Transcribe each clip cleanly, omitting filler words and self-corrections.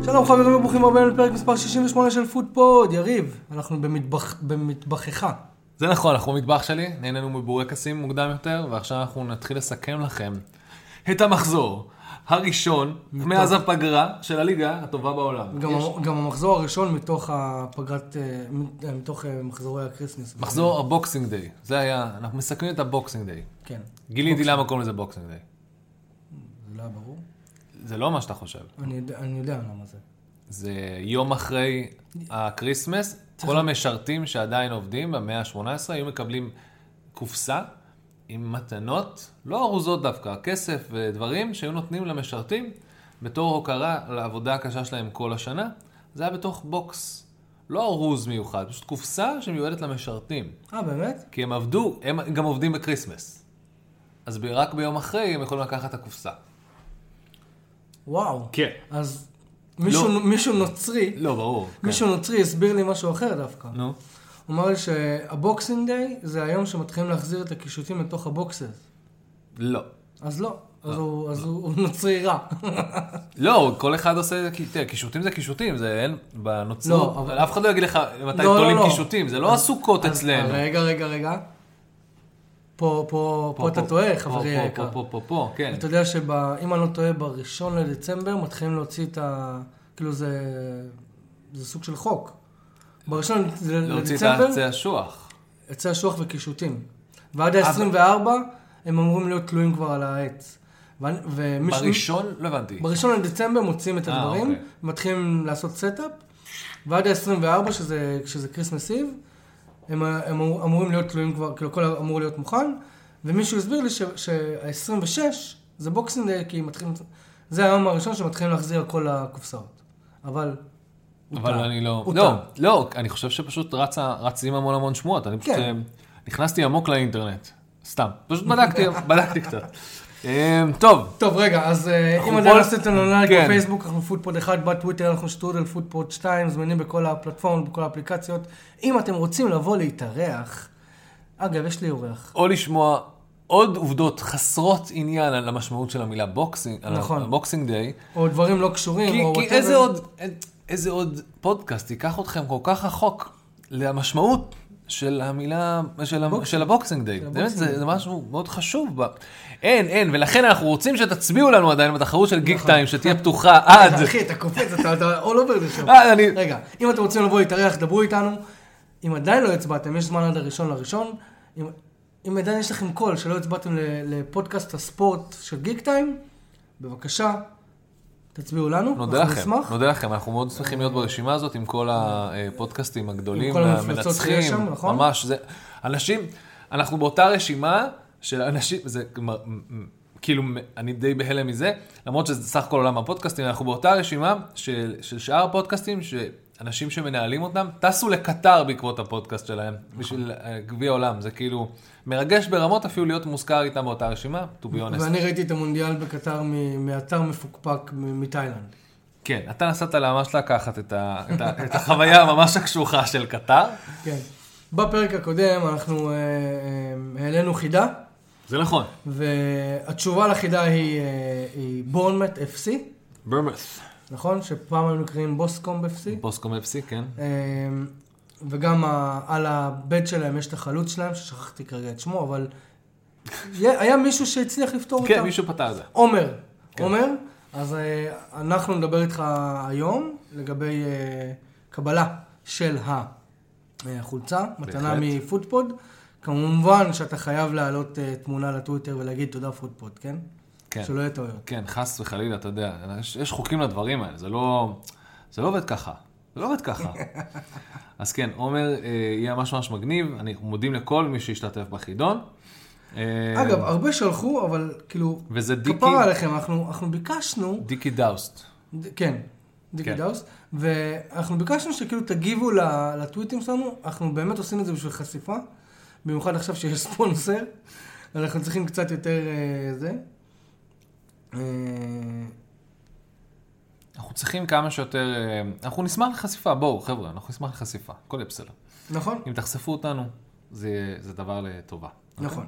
שלום חברים וברוכים הבאים לפרק מספר 68 של פודפוד. יריב, אנחנו במטבחך. זה נכון, אנחנו במטבח שלי, נהנינו מבורקסים מוקדם יותר, ועכשיו אנחנו נתחיל לסכם לכם את המחזור הראשון מאז הפגרה של הליגה הטובה בעולם. גם המחזור הראשון מתוך מחזורי הקריסמס. מחזור הבוקסינג דיי, זה היה, אנחנו מסכמים את הבוקסינג דיי. כן. גיליתי למה קוראים לזה בוקסינג דיי. זה לא היה ברור? זה לא מה שאתה חושב. אני יודע למה זה. זה יום אחרי הקריסמס, כל המשרתים שעדיין עובדים במאה ה-18 היו מקבלים קופסה עם מתנות, לא ארוזות דווקא, כסף ודברים שהיו נותנים למשרתים בתור הוקרה לעבודה הקשה שלהם כל השנה. זה היה בתוך בוקס, לא ארוז מיוחד, פשוט קופסה שמיועדת למשרתים. באמת? כי הם עבדו, הם גם עובדים בקריסמס. אז רק ביום אחרי הם יכולים לקחת את הקופסה. וואו. כן. אז מישהו נוצרי, לא, ברור. מישהו נוצרי הסביר לי משהו אחר דווקא. נו. הוא אמר לי שהבוקסינג דיי זה היום שמתחילים להחזיר את הקישוטים לתוך הבוקסס. לא. אז לא. אז הוא נוצרי רע. לא, כל אחד עושה, קישוטים זה קישוטים, זה אין בנוצרות. אף אחד לא יגיד לך מתי תולים קישוטים, זה לא הסוכות אצלנו. רגע. פה אתה טועה, חברי היקר. פה, כן. אתה יודע שאם אני לא טועה, בראשון לדצמבר מתחילים להוציא את ה... כאילו זה סוג של חוק. בראשון לדצמבר... להוציא את העצי השוח. עצי השוח וקישוטים. ועד ה-24 הם אמורים להיות תלויים כבר על העץ. בראשון? לא הבנתי. בראשון לדצמבר מוצאים את הדברים, מתחילים לעשות סטאפ, ועד ה-24, שזה קריסמס איב, הם אמורים להיות תלויים כבר, כאילו הכל אמור להיות מוכן, ומישהו הסביר לי שה-26 זה בוקסינג דיי, כי זה היום הראשון שמתחילים להחזיר כל הקופסאות. אבל אני לא, אני חושב שפשוט רצים המון שמועות, אני פשוט נכנסתי עמוק לאינטרנט, סתם, פשוט בדקתי קצת. טוב, רגע, אז אם עדיין עשיתם לנו לייק בפייסבוק, אנחנו פודפוד 1, בטוויטר אנחנו שטרודל פודפוד 2, זמינים בכל הפלטפורמות, בכל האפליקציות. אם אתם רוצים לבוא להתארח, אגב, יש לי אורח. או לשמוע עוד עובדות חסרות עניין על המשמעות של המילה בוקסינג, על הבוקסינג דיי. או דברים לא קשורים. כי איזה עוד פודקאסט ייקח אתכם כל כך רחוק למשמעות של המילה, של הבוקסינג דיי. זה משהו מאוד חשוב. אין, ולכן אנחנו רוצים שתצביעו לנו עדיין בתחרות של גיק טיים, שתהיה פתוחה עד... אחי, אתה קופץ, אתה all over לשם. רגע, אם אתם רוצים לבוא להתארח, דברו איתנו. אם עדיין לא הצבעתם, יש זמן עד הראשון. אם עדיין יש לכם קול שלא הצבעתם לפודקאסט הספורט של גיק טיים, בבקשה, תצביעו לנו. נודה לכם, אנחנו מאוד שמחים להיות ברשימה הזאת עם כל הפודקאסטים הגדולים והמנצחים. ממש, זה אנשים, אנחנו באותה רשימה של אנשים, זה כאילו, אני די בהלם מזה, למרות שזה סך הכל עולם הפודקאסטים, אנחנו באותה רשימה של שאר הפודקאסטים, שאנשים שמנהלים אותם, טסו לקטר בעקבות הפודקאסט שלהם, בשביל גביע העולם, זה כאילו מרגש ברמות אפילו להיות מוזכר איתם באותה רשימה, to be honest. ואני ראיתי את המונדיאל בקטר מאתר מפוקפק מתאילנד. כן, אתה נסעת ממש לקחת את החוויה הממש הקשוחה של קטר. כן. בפרק הקודם אנחנו העלינו חידה. זה נכון. והתשובה לחידה היא בורנמת' FC. בורנמת'. נכון? שפעם הם נקראים בוסקום FC. בוסקום FC, כן. וגם על הבד שלהם יש את החלוץ שלהם, ששכחתי כרגע את שמו, אבל היה מישהו שהצליח לפתור אותם. כן, מישהו פתר זה. עומר. אז אנחנו נדבר איתך היום לגבי קבלה של החולצה, מתנה מפודפוד. כמובן שאתה חייב להעלות תמונה לטוויטר ולהגיד תודה פודפוד, כן? כן. שלא יהיה טעויות. כן, חס וחלילה, אתה יודע, יש חוקים לדברים האלה, זה לא עובד ככה. אז כן, עומר יהיה ממש מגניב, אני מודים לכל מי שהשתתף בחידון. אגב, הרבה שלחו, אבל כאילו, כפרה עליכם, אנחנו ביקשנו... דיקי דאוסט. כן, דיקי דאוסט, ואנחנו ביקשנו שכאילו תגיבו לטוויטים שלנו, אנחנו באמת עושים את זה בשביל חשיפה, במיוחד עכשיו שיש ספונסר, אנחנו צריכים קצת יותר זה. אנחנו צריכים כמה שיותר, אנחנו נשמח לחשיפה, בואו חבר'ה, אנחנו נשמח לחשיפה, הכל יהיה בסדר. נכון. אם תחשפו אותנו, זה דבר לטובה. נכון.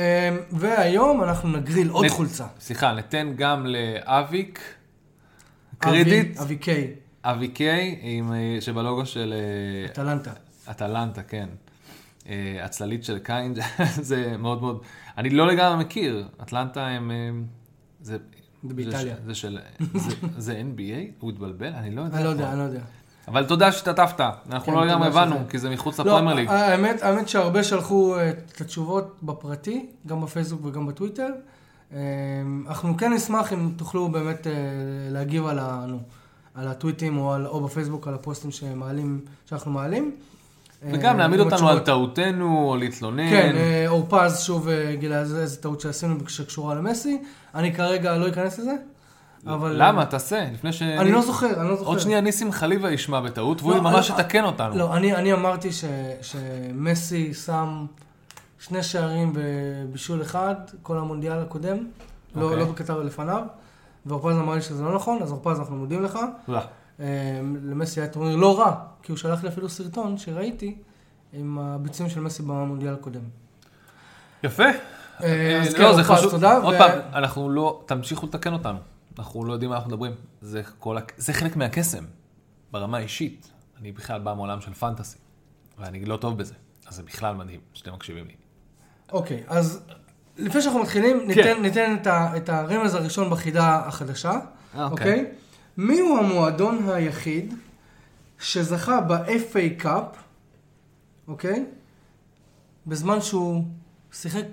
והיום אנחנו נגריל עוד חולצה. סליחה, ניתן גם לאביק קרדיט. אבי קיי. אבי קיי, שבלוגו של... אטלנטה, כן. הצללית של קיינד, זה מאוד מאוד... אני לא לגמרי מכיר. אטלנטה הם... זה באיטליה. זה NBA? הוא התבלבל? אני לא יודע. אני לא יודע. אבל תודה שתתפת. אנחנו לא לגמרי הבנו, כי זה מחוץ לפרמייר ליג. האמת שהרבה שלחו את התשובות בפרטי, גם בפייסבוק וגם בטוויטר. אנחנו כן נשמח אם תוכלו באמת להגיב על הטוויטים או בפייסבוק על הפוסטים שאנחנו מעלים. וגם להעמיד אותנו על טעותנו או להתלונן. כן, אורפז שוב גילה איזה טעות שעשינו שקשורה למסי. אני כרגע לא אכנס לזה. למה? תעשה, לפני ש... אני לא זוכר. עוד שנייה ניסים חליבה ישמע בטעות, והוא ממש יתקן אותנו. לא, אני אמרתי שמסי שם 2 שערים בבישול אחד, כל המונדיאל הקודם, לא בקטר לפניו, ואורפז אמר לי שזה לא נכון, אז אורפז אנחנו מודים לך. לא. למסי היה תמריר לא רע, כי הוא שלח לי אפילו סרטון שראיתי עם הביצועים של מסי במונדיאל הקודם. יפה. אז כן, אורפז, תודה. עוד פעם, אנחנו לא... תמשיכו לתקן אותנו. אנחנו לא יודעים מה אנחנו מדברים. זה חלק מהקסם. ברמה האישית. אני בכלל בא מעולם של פנטסי. ואני לא טוב בזה. אז זה בכלל מדהים שאתם מקשיבים לי. אוקיי, אז לפני שאנחנו מתחילים, ניתן את הרמז הראשון בחידה החדשה. אוקיי? מי הוא המועדון היחיד שזכה ב-FA Cup, אוקיי? בזמן שהוא שיחק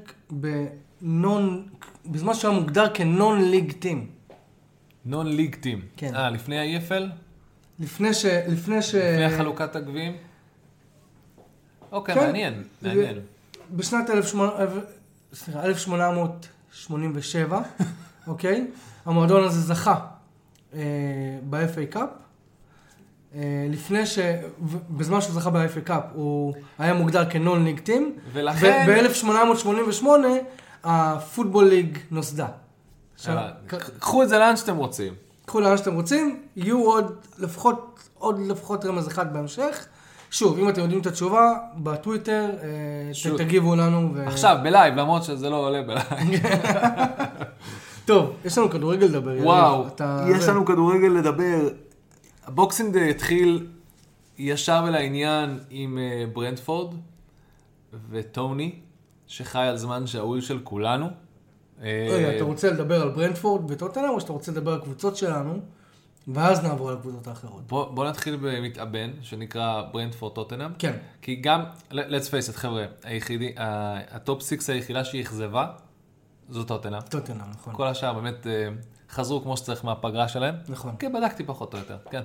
בזמן שהוא היה מוגדר כ-non-league team. non-league team. כן. לפני ה-EFL? לפני החלוקת הגביעים? אוקיי, מעניין. בשנת 1887, אוקיי? המועדון הזה זכה ב-FA Cup. בזמן שהוא זכה ב-FA Cup הוא היה מוגדר כ-non-league team. ולכן... ב-1888 הפוטבול ליג נוסדה. קחו את זה לאן שאתם רוצים. קחו לאן שאתם רוצים, יהיו עוד לפחות רמז אחד בהמשך. שוב, אם אתם יודעים את התשובה, בטוויטר, תגיבו לנו. עכשיו, בלייב, למרות שזה לא עולה בלייב. טוב, יש לנו כדורגל לדבר. וואו, יש לנו כדורגל לדבר. הבוקסינג דיי התחיל ישר ולעניין עם ברנטפורד וטוני, שחי על זמן שאול של כולנו. אתה רוצה לדבר על ברנטפורד וטוטנהאם, או שאתה רוצה לדבר על קבוצות שלנו, ואז נעבור על הקבוצות האחרות? בוא נתחיל במתאבן, שנקרא ברנטפורד טוטנהאם. כן. כי גם, let's face it, חבר'ה, הטופ 6 היחידה שהיא אכזבה, זו טוטנהאם. טוטנהאם, נכון. כל השאר באמת חזרו כמו שצריך מהפגרה שלהם. נכון. כן, בדקתי פחות או יותר, כן.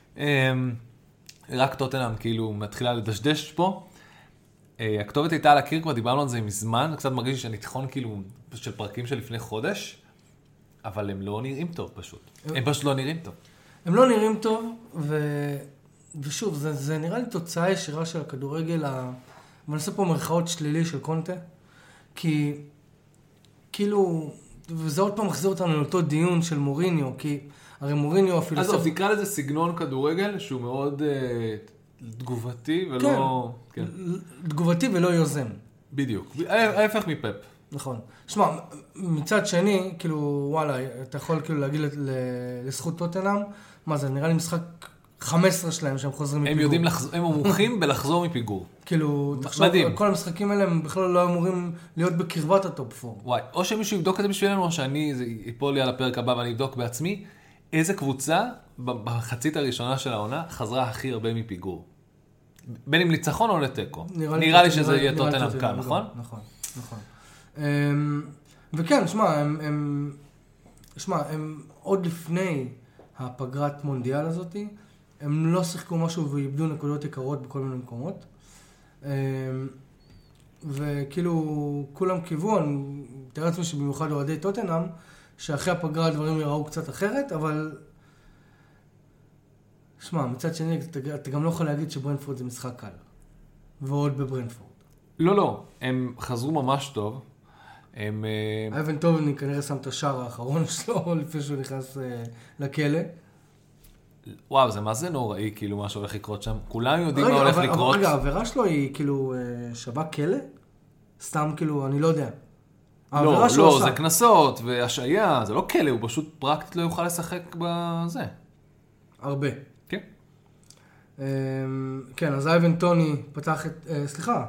רק טוטנהאם כאילו מתחילה לדשדש פה. הכתובת הייתה על הקיר, כבר דיברנו על זה מזמן, קצת מרגיש שאני תיכון כאילו של פרקים של לפני חודש, אבל הם לא נראים טוב פשוט. הם פשוט לא נראים טוב. הם לא נראים טוב, ושוב, זה נראה לי תוצאה ישירה של הכדורגל, ואני עושה פה מרכאות שלילי של קונטה, כי כאילו, וזה עוד פעם מחזיר אותנו לאותו דיון של מוריניו, כי הרי מוריניו הפילוסוף... אז תקרא לזה סגנון כדורגל שהוא מאוד תגובתי ולא... כן, תגובתי ולא יוזם. בדיוק, ההפך מפפ. נכון. שמע, מצד שני, כאילו, וואלה, אתה יכול כאילו להגיד לזכות טוטנהאם, מה זה, נראה לי משחק 15 שלהם שהם חוזרים מפיגור. הם יודעים, הם מומחים בלחזור מפיגור. כאילו, תחשוב, כל המשחקים האלה הם בכלל לא אמורים להיות בקרבת הטופ 4. וואי, או שמישהו יבדוק את זה בשבילנו, או שאני, זה ייפול לי על הפרק הבא ואני אבדוק בעצמי, איזה קבוצה בחצית הראשונה של העונה חזרה הכי הרבה מפיגור. בין אם ניצחון או לטקו. נראה לי שזה יהיה טוטנהאם כאן, נכון? נכון, נכון. וכן, שמע, הם עוד לפני הפגרת מונדיאל הזאת, הם לא שיחקו משהו ואיבדו נקודות יקרות בכל מיני מקומות. וכאילו, כולם קיוו, אני מתאר לעצמי שבמיוחד אוהדי טוטנהאם, שאחרי הפגרה הדברים יראו קצת אחרת, אבל... שמע, מצד שני, אתה גם לא יכול להגיד שברנטפורד זה משחק קל. ועוד בברנטפורד. לא, הם חזרו ממש טוב. אייבן טובני כנראה שם את השער האחרון שלו לפני שהוא נכנס לכלא. וואו, זה מה זה נוראי, כאילו, מה שהולך לקרות שם? כולם יודעים מה הולך לקרות. רגע, העבירה שלו היא כאילו שווה כלא? סתם כאילו, אני לא יודע. לא, זה כנסות והשעיה, זה לא כלא, הוא פשוט פרקטית לא יוכל לשחק בזה. הרבה. כן. כן, אז אייבן טוני פתח את, סליחה,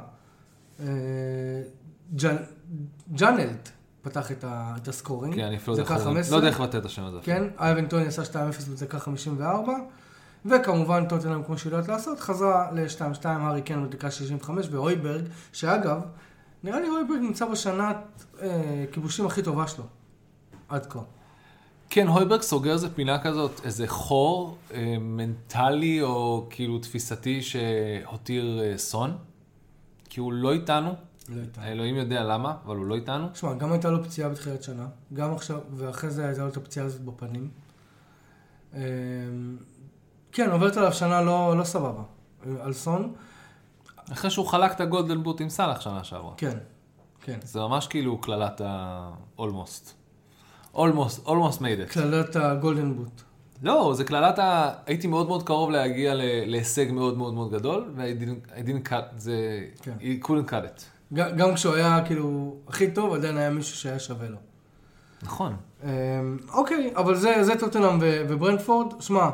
ג'אנלט פתח את הסקורינג. כן, אני אפילו לא יודע איך לבטא את השם הזה. כן, אייבן טוני עשה 2-0 בדקה 54, וכמובן טוטנהאם, כמו שהיא יודעת לעשות, חזרה ל-2-2, הארי קיין בדקה 65, והויברג, שאגב, נראה לי הויברג נמצא בשנת כיבושים הכי טובה שלו, עד כה. כן, הויברג סוגר איזה פינה כזאת, איזה חור מנטלי או כאילו תפיסתי שהותיר סון, כי הוא לא איתנו. האלוהים יודע למה, אבל הוא לא איתנו. תשמע, גם הייתה לו פציעה בתחילת שנה, גם עכשיו, ואחרי זה הייתה לו את הפציעה הזאת בפנים. כן, עוברת עליו שנה לא סבבה, על סון. אחרי שהוא חלק את הגולדן בוט עם סלאח שנה שעברה. כן, כן. זה ממש כאילו כללת almost made it. כללת הגולדן בוט. לא, זה כללת הייתי מאוד מאוד קרוב להגיע להישג מאוד מאוד מאוד גדול, he couldn't cut it. גם כשהוא היה כאילו הכי טוב, עדיין היה מישהו שהיה שווה לו. נכון. אוקיי, אבל זה טוטנהאם וברנטפורד. שמע,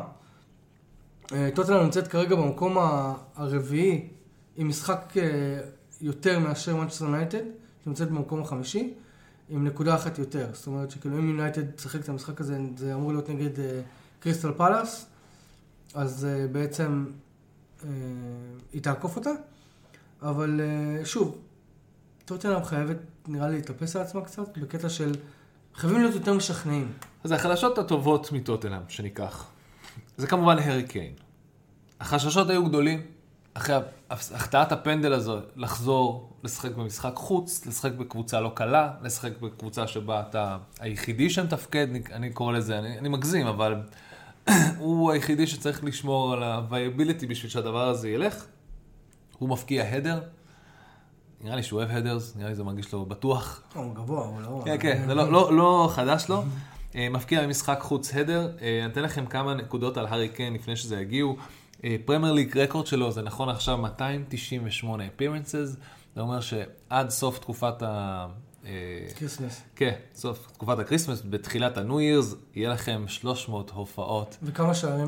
טוטנהאם נמצאת כרגע במקום הרביעי, עם משחק יותר מאשר מנצ'סטר יונייטד, שנמצאת במקום החמישי, עם נקודה אחת יותר. זאת אומרת שכאילו אם יונייטד תשחק את המשחק הזה, זה אמור להיות נגד קריסטל פלאס, אז בעצם היא תעקוף אותה. אבל שוב, טוטנהאם חייבת, נראה לי, להתאפס על עצמה קצת, בקטע של חייבים להיות יותר משכנעים. אז החדשות הטובות מטוטנהאם שניקח, זה כמובן הארי קיין. החששות היו גדולים, אחרי החטאת הפנדל הזו, לחזור, לשחק במשחק חוץ, לשחק בקבוצה לא קלה, לשחק בקבוצה שבה אתה היחידי שמתפקד, אני קורא לזה, אני מגזים, אבל הוא היחידי שצריך לשמור על ה-viability בשביל שהדבר הזה ילך. הוא מפקיע הדר, נראה לי שהוא אוהב הדרס, נראה לי זה מרגיש לו בטוח. הוא גבוה, הוא לא... כן, כן, זה לא חדש לו. מפקיע במשחק חוץ הדר, אני אתן לכם כמה נקודות על הארי קיין לפני שזה יגיעו. פרמייר ליג רקורד שלו זה נכון עכשיו 298 appearances, זה אומר שעד סוף תקופת קריסמס. כן, סוף תקופת הקריסמס, בתחילת הניו ירס, יהיה לכם 300 הופעות. וכמה שערים?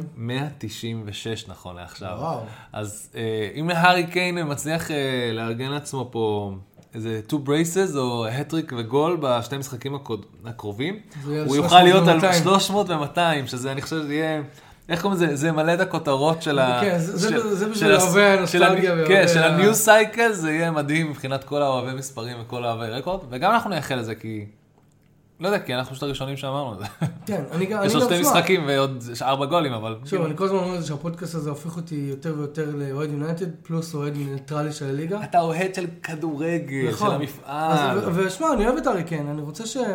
196 נכון לעכשיו. וואו. אז אם הארי קיין מצליח לארגן לעצמו פה איזה 2 braces או הטריק וגול בשתי משחקים הקרובים, הוא יוכל להיות על 300 ו-200, שזה אני חושב שזה יהיה... איך קוראים לזה? זה מלא את הכותרות של ה... כן, זה בשביל אוהבי הנוסטלגיה. כן, של הניו סייקל, זה יהיה מדהים מבחינת כל האוהבי מספרים וכל האוהבי רקורד, וגם אנחנו נייחל לזה, כי... לא יודע, כי אנחנו שתי הראשונים שאמרנו את זה. כן, אני גם... יש לו 2 משחקים ועוד 4 גולים, אבל... שוב, אני כל הזמן אומר שהפודקאסט הזה הופך אותי יותר ויותר לאוהד יונייטד, פלוס אוהד ניטרלי של הליגה. אתה אוהד של כדורגל, של המפעל. ושמע, אני אוהב את הארי קיין, אני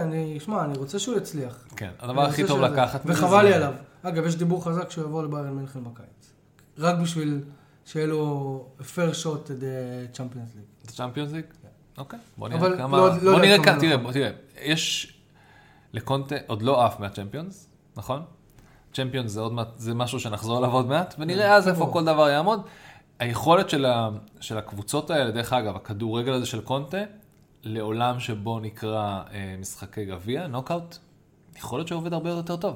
רוצה שהוא יצליח. כן, הדבר הכי טוב לקחת. וחבל לי עליו. אגב, יש דיבור חזק שהוא יבוא לביירן מינכן בקיץ. רק בשביל שיהיה לו fair shot את Champions League. את Champions League? אוקיי. בוא נראה כמה... בוא נראה כאן, תראה, יש לקונטה עוד לא אף מהצ'מפיונס, נכון? צ'מפיונס זה משהו שנחזור עליו עוד מעט, ונראה אז איפה כל דבר יעמוד. היכולת של הקבוצות האלה, דרך אגב, הכדורגל הזה של קונטה, לעולם שבו נקרא משחקי גביע, נוקאוט, יכול להיות שעובד הרבה יותר טוב.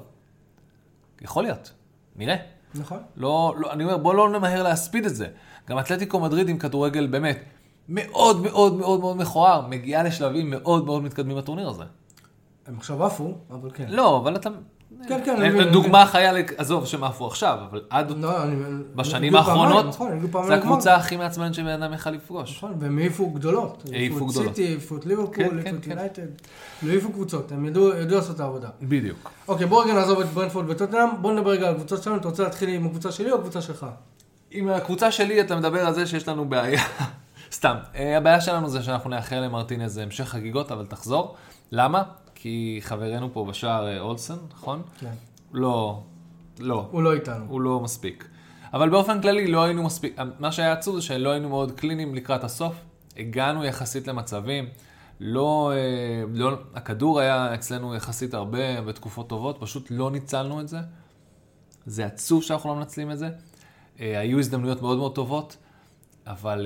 יכול להיות. נראה. נכון. לא, אני אומר, בוא לא נמהר להספיד את זה. גם אתלטיקו מדריד עם כדורגל באמת מאוד מאוד מאוד מאוד מכוער, מגיעה לשלבים מאוד מאוד מתקדמים בטורניר הזה. הם עכשיו עפו, אבל כן. לא, אבל אתה... כן, כן. דוגמה חיה, עזוב שהם עפו עכשיו, אבל עד בשנים האחרונות, זה הקבוצה הכי מעצבנת שבן אדם יכל לפגוש. נכון, והם העיפו גדולות. העיפו את סיטי, העיפו את ליברפול, העיפו את יונייטד. לא העיפו קבוצות, הם ידעו לעשות את העבודה. בדיוק. אוקיי, בואו רגע נעזוב את ברנטפורד וטוטנהאם, בואו נדבר רגע על הקבוצות שלנו, אתה רוצה להתחיל עם הקבוצה שלי או הקבוצה שלך? עם הקבוצה שלי אתה מדבר על זה שיש לנו בעיה. סתם, הבעיה שלנו זה שאנחנו נאחל למרטינז המשך חגיגות, אבל תחזור. למה? כי חברנו פה בשער אולסן, נכון? כן. לא. הוא לא איתנו. הוא לא מספיק. אבל באופן כללי לא היינו מספיק, מה שהיה עצוב זה שלא היינו מאוד קליניים לקראת הסוף, הגענו יחסית למצבים, הכדור היה אצלנו יחסית הרבה בתקופות טובות, פשוט לא ניצלנו את זה. זה עצוב שאנחנו לא מנצלים את זה. היו הזדמנויות מאוד מאוד טובות, אבל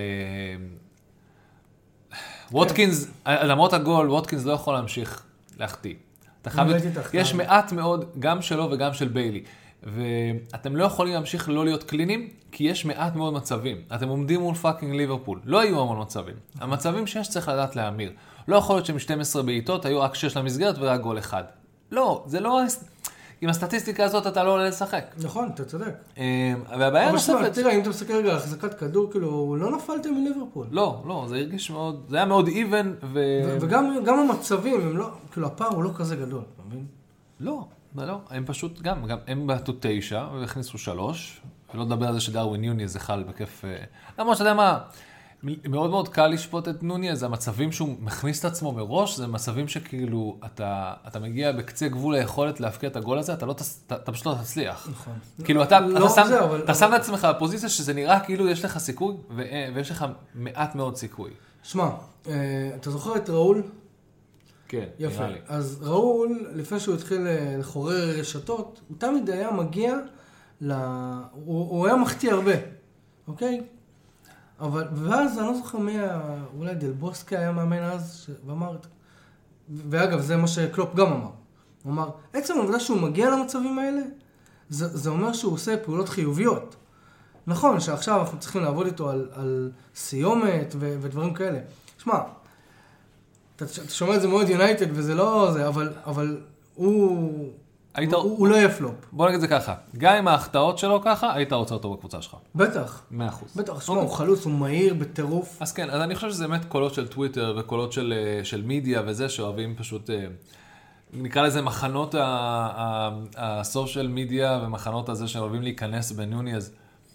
ווטקינס, למרות הגול, ווטקינס לא יכול להמשיך להחטיא. יש מעט מאוד, גם שלו וגם של ביילי. ואתם לא יכולים להמשיך לא להיות קליניים, כי יש מעט מאוד מצבים. אתם עומדים מול פאקינג ליברפול. לא היו המון מצבים. המצבים שיש צריך לדעת להאמיר. לא יכול להיות שב-12 בעיטות היו רק 6 למסגרת ורק גול אחד. לא, זה לא... עם הסטטיסטיקה הזאת אתה לא עולה לשחק. נכון, אתה צודק. והבעיה נוספת... תראה, אם אתה מסתכל רגע על החזקת כדור, כאילו, לא נפלתם מליברפול. לא, זה הרגיש מאוד... זה היה מאוד איבן וגם המצבים, הם לא... כאילו, הפער הוא לא כזה גדול, אתה מבין? לא, הם פשוט גם הם בעטו 9 והכניסו 3, ולא לדבר על זה שדרווין יוניז זה חל בכיף... למרות שאתה יודע מה... מאוד מאוד קל לשפוט את נוניז, המצבים שהוא מכניס את עצמו מראש, זה מצבים שכאילו אתה מגיע בקצה גבול היכולת להפקיע את הגול הזה, אתה פשוט לא תצליח. נכון. כאילו אתה שם לעצמך בפוזיציה שזה נראה כאילו יש לך סיכוי, ויש לך מעט מאוד סיכוי. שמע, אתה זוכר את ראול? כן, יפה. אז ראול, לפני שהוא התחיל לחורר רשתות, הוא תמיד היה מגיע, הוא היה מחטיא הרבה, אוקיי? אבל, ואז אני לא זוכר אולי דלבוסקי היה מאמן אז, ואמר, ואגב, זה מה שקלופ גם אמר. הוא אמר, עצם העובדה שהוא מגיע למצבים האלה, זה אומר שהוא עושה פעולות חיוביות. נכון, שעכשיו אנחנו צריכים לעבוד איתו על סיומת ודברים כאלה. שמע, אתה שומע את זה מאוד יונייטד וזה לא זה, אבל הוא לא יהיה פלופ. בוא נגיד זה ככה, גם עם ההחטאות שלו ככה, היית רוצה אותו בקבוצה שלך. בטח. 100%. בטח, שמע, הוא חלוץ, הוא מהיר בטירוף. אז כן, אז אני חושב שזה באמת קולות של טוויטר וקולות של מידיה וזה, שאוהבים פשוט, נקרא לזה מחנות הסושיאל מידיה ומחנות הזה שאוהבים להיכנס בנוניז.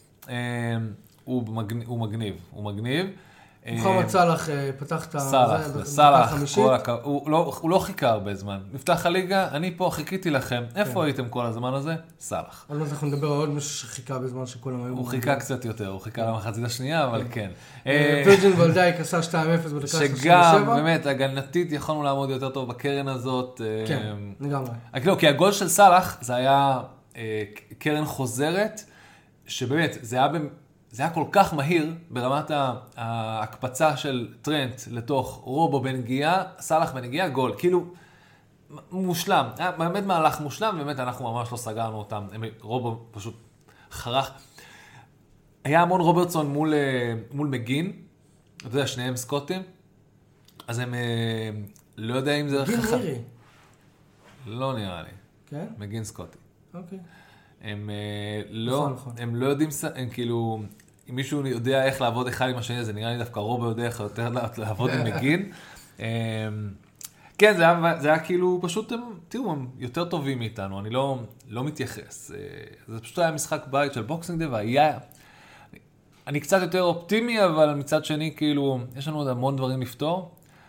הוא מגניב. מוחמד סלאח פתח את סלאח, הוא לא חיכה הרבה זמן. נפתח הליגה, אני פה חיכיתי לכם. איפה הייתם כל הזמן הזה? סלאח. עוד מעט אנחנו נדבר על עוד מישהו שחיכה בזמן שכולם היו... הוא חיכה קצת יותר, הוא חיכה למחצית השנייה, אבל כן. וירג'ין ולדייק עשה 2-0 בדקה 37. שגם, באמת, הגנתית יכולנו לעמוד יותר טוב בקרן הזאת. כן, לגמרי. כי הגול של סלאח זה היה קרן חוזרת, שבאמת, זה היה כל כך מהיר ברמת ההקפצה של טרנט לתוך רובו בנגיעה, סלאח בנגיעה, גול. כאילו, מושלם. היה באמת מהלך מושלם, באמת אנחנו ממש לא סגרנו אותם. רובו פשוט חרך. היה המון רוברטסון מול מגין, אתה יודע, שניהם סקוטים, אז הם לא יודע אם זה... מגין מירי. לא נראה לי. כן? מגין סקוטי. אוקיי. הם לא יודעים, הם כאילו... אם מישהו יודע איך לעבוד אחד עם השני, זה נראה לי דווקא רובו יודע איך יותר לעבוד עם מגין. כן, זה היה כאילו פשוט, תראו, הם יותר טובים מאיתנו, אני לא מתייחס. זה פשוט היה משחק בית של בוקסינג דיי, והיה... אני קצת יותר אופטימי, אבל מצד שני, כאילו, יש לנו עוד המון דברים לפתור.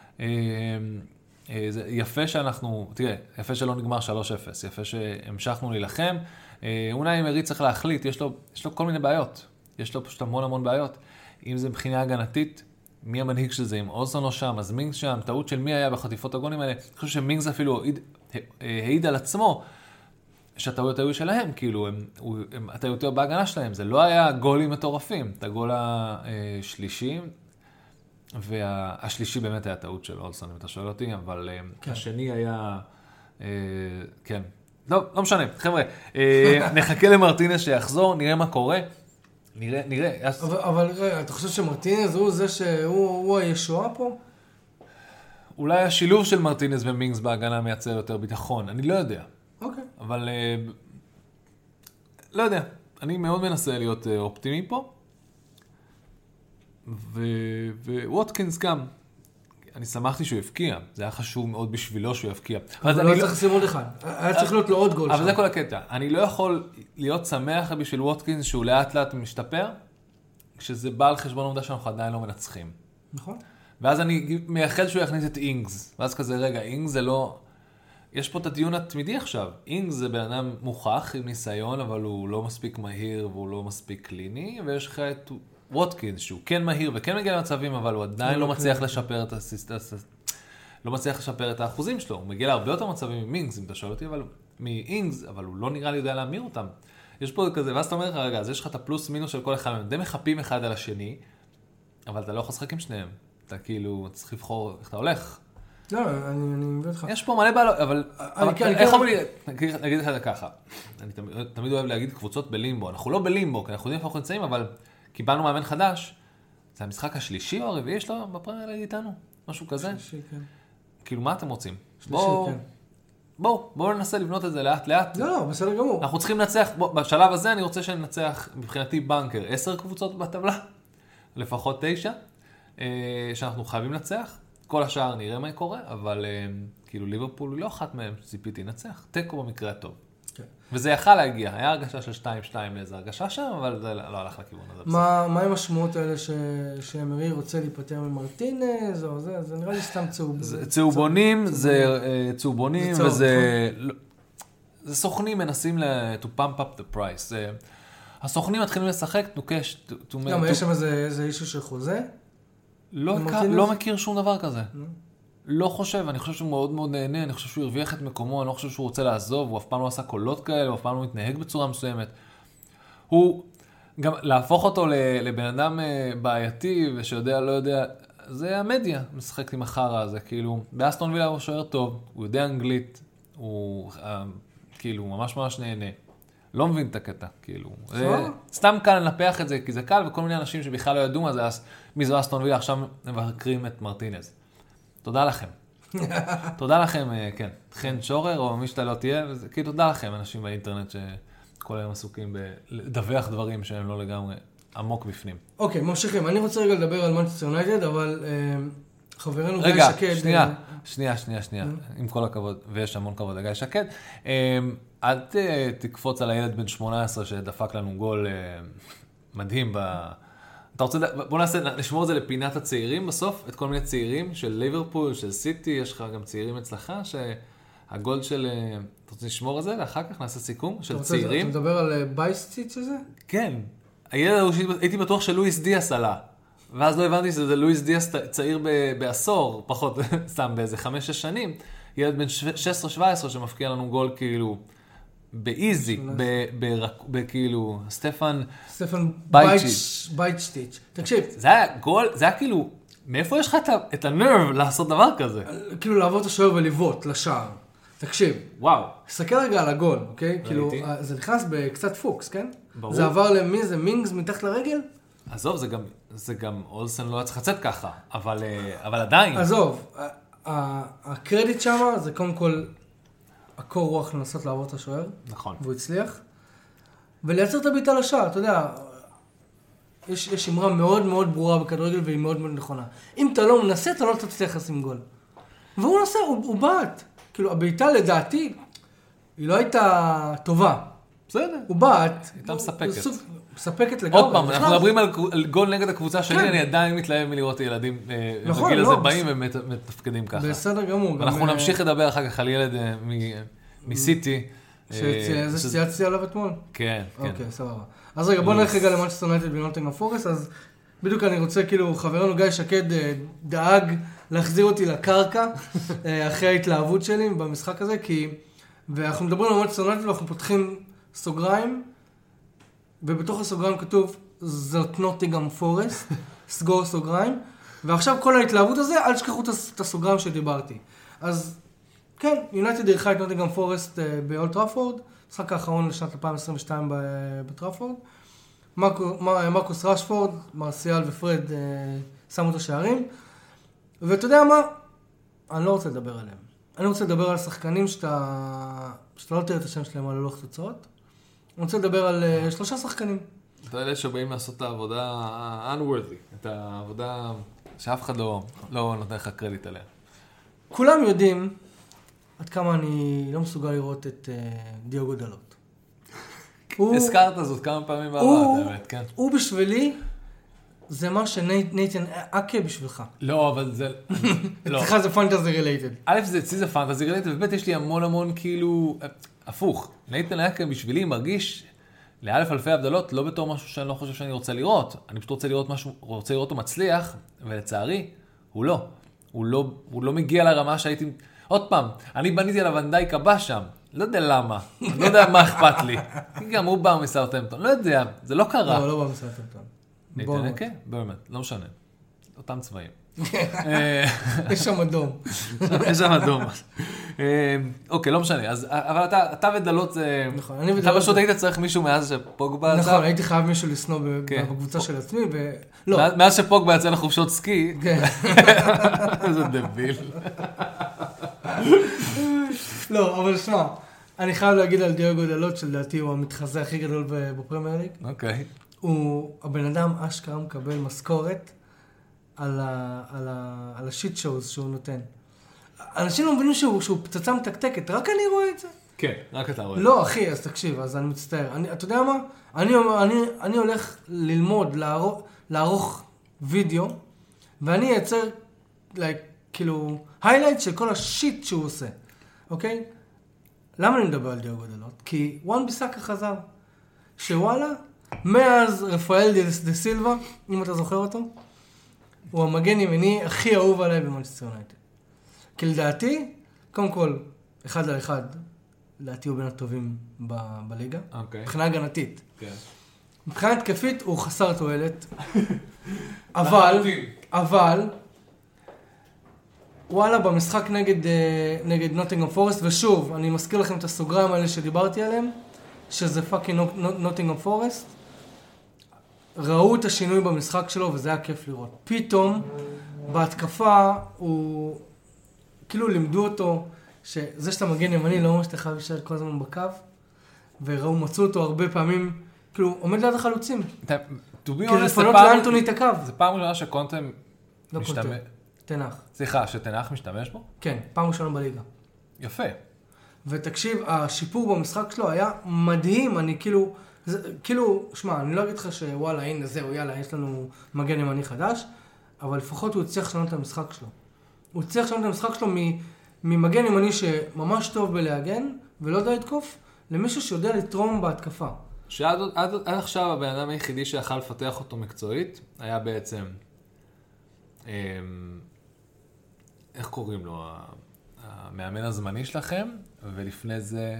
זה יפה שאנחנו, תראה, יפה שלא נגמר 3-0, יפה שהמשכנו להילחם. אולי אם ארי צריך להחליט, יש לו כל מיני בעיות. יש לו פשוט המון בעיות. אם זה מבחינה הגנתית, מי המנהיג של זה? אם אוזון לא שם, אז מינגס שם, טעות של מי היה בחטיפות הגולים האלה? אני חושב שמינגס אפילו העיד על עצמו שהטעויות היו שלהם, כאילו, אתה יותר בהגנה שלהם. זה לא היה גולים מטורפים. את הגול השלישי, והשלישי באמת היה טעות של אולסון, אם אתה שואל אותי, אבל השני היה, כן. לא משנה, חבר'ה, נחכה למרטינס שיחזור, נראה מה קורה. נראה. אבל אתה חושב שמרטינס הוא זה שהוא הישועה פה? אולי השילוב של מרטינס ומינגס בהגנה מייצר יותר ביטחון, אני לא יודע. אוקיי. אבל לא יודע, אני מאוד מנסה להיות אופטימי פה. וווטקינס גם, אני שמחתי שהוא יפקיע, זה היה חשוב מאוד בשבילו שהוא יפקיע. אבל לא צריך לשים עוד אחד, היה צריך להיות לו עוד גול. אבל זה כל הקטע, אני לא יכול להיות שמח בשביל ווטקינס שהוא לאט לאט משתפר, כשזה בא על חשבון העובדה שאנחנו עדיין לא מנצחים. נכון. ואז אני מייחל שהוא יכניס את אינגס, ואז כזה רגע, אינגס זה לא... יש פה את הדיון התמידי עכשיו, אינגס זה בן אדם מוכח עם ניסיון, אבל הוא לא מספיק מהיר והוא לא מספיק קליני, ויש לך את... ווטקינס, שהוא כן מהיר וכן מגיע למצבים, אבל הוא עדיין לא מצליח לשפר את לא מצליח לשפר את האחוזים שלו. הוא מגיע להרבה יותר מצבים ממינגס, אם אתה שואל אותי, אבל מאינגס, אבל הוא לא נראה לי יודע להמיר אותם. יש פה כזה, ואז אתה אומר לך, רגע, אז יש לך את הפלוס מינוס של כל אחד, הם די מחפים אחד על השני, אבל אתה לא יכול לשחק עם שניהם. אתה כאילו צריך לבחור איך אתה הולך. לא, אני מביא אותך. יש פה מלא בעלות, אבל איך אומרים לי, נגיד לך ככה, אני תמיד אוהב להגיד קבוצות בלימבו, אנחנו לא בלימבו, כי אנחנו יודעים איפה אנחנו נמצאים, אבל קיבלנו מאמן חדש, זה המשחק השלישי או הרביעי שלו בפרמייר ליג איתנו, משהו כזה. שלישי, כן. כאילו, מה אתם רוצים? שלישי, כן. בואו ננסה לבנות את זה לאט לאט. לא, בסדר גמור. אנחנו צריכים לנצח, בשלב הזה אני רוצה שננצח מבחינתי בנקר 10 קבוצות בטבלה, לפחות 9, שאנחנו חייבים לנצח. כל השאר נראה מה קורה, אבל כאילו ליברפול לא אחת מהם ציפיתי לנצח. תיקו במקרה הטוב. כן. וזה יכל להגיע, היה הרגשה של 2-2 לאיזה הרגשה שם, אבל זה לא הלך לכיוון הזה. מה עם השמועות האלה שאמרי רוצה להיפטר ממרטינז, או זה? זה נראה לי סתם צהובונים, זה צהובונים, וזה... זה סוכנים מנסים to pump up the price. הסוכנים מתחילים לשחק, נוקש... למה, יש שם איזה אישו של חוזה? לא מכיר שום דבר כזה. לא חושב, אני חושב שהוא מאוד מאוד נהנה, אני חושב שהוא הרוויח את מקומו, אני לא חושב שהוא רוצה לעזוב, הוא אף פעם לא עשה קולות כאלה, הוא אף פעם לא מתנהג בצורה מסוימת. הוא, גם להפוך אותו לבן אדם בעייתי ושיודע, לא יודע, זה המדיה, משחק עם החרה הזה, כאילו, באסטון וילה הוא שוער טוב, הוא יודע אנגלית, הוא כאילו ממש ממש נהנה. לא מבין את הקטע, כאילו. סתם קל לנפח את זה, כי זה קל, וכל מיני אנשים שבכלל לא ידעו מה זה, מי זו אסטון וילה, עכשיו מבקרים את מרטינז. תודה לכם. תודה לכם, כן. חן שורר, או מי שאתה לא תהיה, כי תודה לכם, אנשים באינטרנט שכל היום עסוקים בלדווח דברים שהם לא לגמרי עמוק בפנים. אוקיי, ממשיכים. אני רוצה רגע לדבר על מנצ'סטר יונייטד, אבל חברנו גיא שקד... רגע, שנייה. עם כל הכבוד, ויש המון כבוד לגיא שקד. אל תקפוץ על הילד בן 18 שדפק לנו גול מדהים אתה רוצה, בוא נשמור את זה לפינת הצעירים בסוף, את כל מיני צעירים של ליברפול, של סיטי, יש לך גם צעירים אצלך, שהגול של, אתה רוצה לשמור את זה, ואחר כך נעשה סיכום של צעירים. אתה מדבר על בייסטיץ' הזה? כן, הילד, הייתי בטוח שלואיס דיאס עלה, ואז לא הבנתי שזה לואיס דיאס צעיר בעשור, פחות, סתם באיזה 5-6 שנים, ילד בן 16-17 שמפקיע לנו גול כאילו, באיזי, בכאילו, סטפן בייצ'טיץ'. תקשיב. זה היה גול, זה היה כאילו, מאיפה יש לך את הנרב לעשות דבר כזה? כאילו לעבור את השוער ולבעוט לשער. תקשיב. וואו. תסתכל רגע על הגול, אוקיי? כאילו, זה נכנס בקצת פוקס, כן? ברור. זה עבר למי? זה מינגס מתחת לרגל? עזוב, זה גם אולסן לא היה צריך לצאת ככה, אבל עדיין. עזוב, הקרדיט שם זה קודם כל... הקור רוח לנסות לעבור את השוער. נכון. והוא הצליח. ולייצר את הביטה לשער, אתה יודע, יש אמרה מאוד מאוד ברורה בכדורגל והיא מאוד מאוד נכונה. אם אתה לא מנסה, אתה לא תצליח לשים גול. והוא נסה, הוא בעט. כאילו, הביטה לדעתי, היא לא הייתה טובה. בסדר. הוא בעט. הייתה מספקת. מספקת לגמרי. עוד פעם, אנחנו מדברים על גול נגד הקבוצה שלי, אני עדיין מתלהב מלראות ילדים בגיל הזה באים ומתפקדים ככה. בסדר גמור. אנחנו נמשיך לדבר אחר כך על ילד מסיטי. זה צייצתי עליו אתמול? כן. אוקיי, סבבה. אז רגע, בוא נלך רגע למנצ'סטר יונייטד בנוטינגהאם פורסט, אז בדיוק אני רוצה, כאילו, חברנו גיא שקד דאג להחזיר אותי לקרקע אחרי ההתלהבות שלי במשחק הזה, ואנחנו מדברים על מנצ'סטר יונייטד ואנחנו פותחים סוגריים, ובתוך הסוגריים כתוב, זאת נוטינגהאם פורסט, סגור סוגריים, ועכשיו כל ההתלהבות הזה, אל תשכחו את הסוגריים שדיברתי. אז כן, יונייטד אירחה את נוטינגהאם פורסט באולד טראפורד, משחק האחרון לשנת 2022 בטראפורד. מרקוס רשפורד, מרסיאל ופרד שמו את השערים. ואתה יודע מה? אני לא רוצה לדבר עליהם. אני רוצה לדבר על שחקנים שאתה לא תראה את השם שלהם על הלוח תוצאות. אני רוצה לדבר על 3 שחקנים. אתה אלה שבאים לעשות את העבודה unworthy, את העבודה שאף אחד לא נותן לך קרדיט עליה. כולם יודעים עד כמה אני לא מסוגל לראות את דיוגו דלות. הזכרת זאת כמה פעמים בעבר, באמת, כן. הוא בשבילי, זה מה שנייתן אקה בשבילך. לא, אבל זה... אצלך זה פנטזי רילייטד. א', זה פנטזי רילייטד, וב' יש לי המון כאילו... הפוך, נייתן אקה בשבילי מרגיש לאלף אלפי הבדלות, לא בתור משהו שאני לא חושב שאני רוצה לראות. אני פשוט רוצה לראות משהו, רוצה לראות אותו מצליח, ולצערי, הוא לא. הוא לא מגיע לרמה שהייתי... עוד פעם, אני בניתי על הוונדייק הבא שם, לא יודע למה, לא יודע מה אכפת לי. גם הוא בא מסאות'המפטון, לא יודע, זה לא קרה. לא בא מסאות'המפטון. נייתן אקה? באמת, לא משנה. אותם צבעים. יש שם אדום. יש שם אדום. אוקיי, לא משנה. אבל אתה ודלות זה... נכון, אתה פשוט היית צריך מישהו מאז שפוגבה יצא. נכון, הייתי חייב מישהו לשנוא בקבוצה של עצמי. מאז שפוגבה יצא לחופשות סקי. איזה דביל. לא, אבל שמע, אני חייב להגיד על דיאגו דלות, שלדעתי הוא המתחזה הכי גדול בפרמייר ליג. אוקיי. הבן אדם אשכרה מקבל משכורת על השיט שואוז שהוא נותן. אנשים לא מבינים שהוא פצצה מתקתקת, רק אני רואה את זה. כן, רק אתה רואה. לא, אחי, אז תקשיב, אז אני מצטער. אתה יודע מה? אני הולך ללמוד, לערוך וידאו, ואני אייצר, כאילו, highlight של כל השיט שהוא עושה. אוקיי? למה אני מדבר על דיאגו דלות? כי וואן ביסאקה חזר. שוואלה, מאז רפאל דה סילבה, אם אתה זוכר אותו, הוא המגן ימיני הכי אהוב עליי במנצ'סטר יונייטד. כי לדעתי, קודם כל, 1-1, לדעתי הוא בין הטובים בליגה. מבחינה הגנתית. מבחינה התקפית הוא חסר תועלת. אבל, וואלה, במשחק נגד נוטינגהאם פורסט, ושוב, אני מזכיר לכם את הסוגריים האלה שדיברתי עליהם, שזה פאקינג נוטינגהאם פורסט, ראו את השינוי במשחק שלו, וזה היה כיף לראות. פתאום, בהתקפה, הוא... כאילו לימדו אותו, שזה שאתה מגן ימני, לא אומר שאתה חייב להישאר כל הזמן בקו, וראו, מצאו אותו הרבה פעמים, כאילו, עומד ליד החלוצים. כאילו, לפנות לאנטוני את הקו. זה פעם ראשונה שקונטה משתמש... תנח. סליחה, שתנח משתמש בו? כן, פעם ראשונה בליגה. יפה. ותקשיב, השיפור במשחק שלו היה מדהים, אני כאילו, שמע, אני לא אגיד לך שוואלה, הנה זהו, יאללה, יש לנו מגן ימני חדש, אבל לפחות הוא הצליח לשנות את המשחק שלו. הוא הצליח לשנות את המשחק שלו ממגן ימני שממש טוב בלהגן, ולא יודע לתקוף, למישהו שיודע לתרום בהתקפה. שעד עכשיו הבן אדם היחידי שיכל לפתח אותו מקצועית, היה בעצם, איך קוראים לו, המאמן הזמני שלכם, ולפני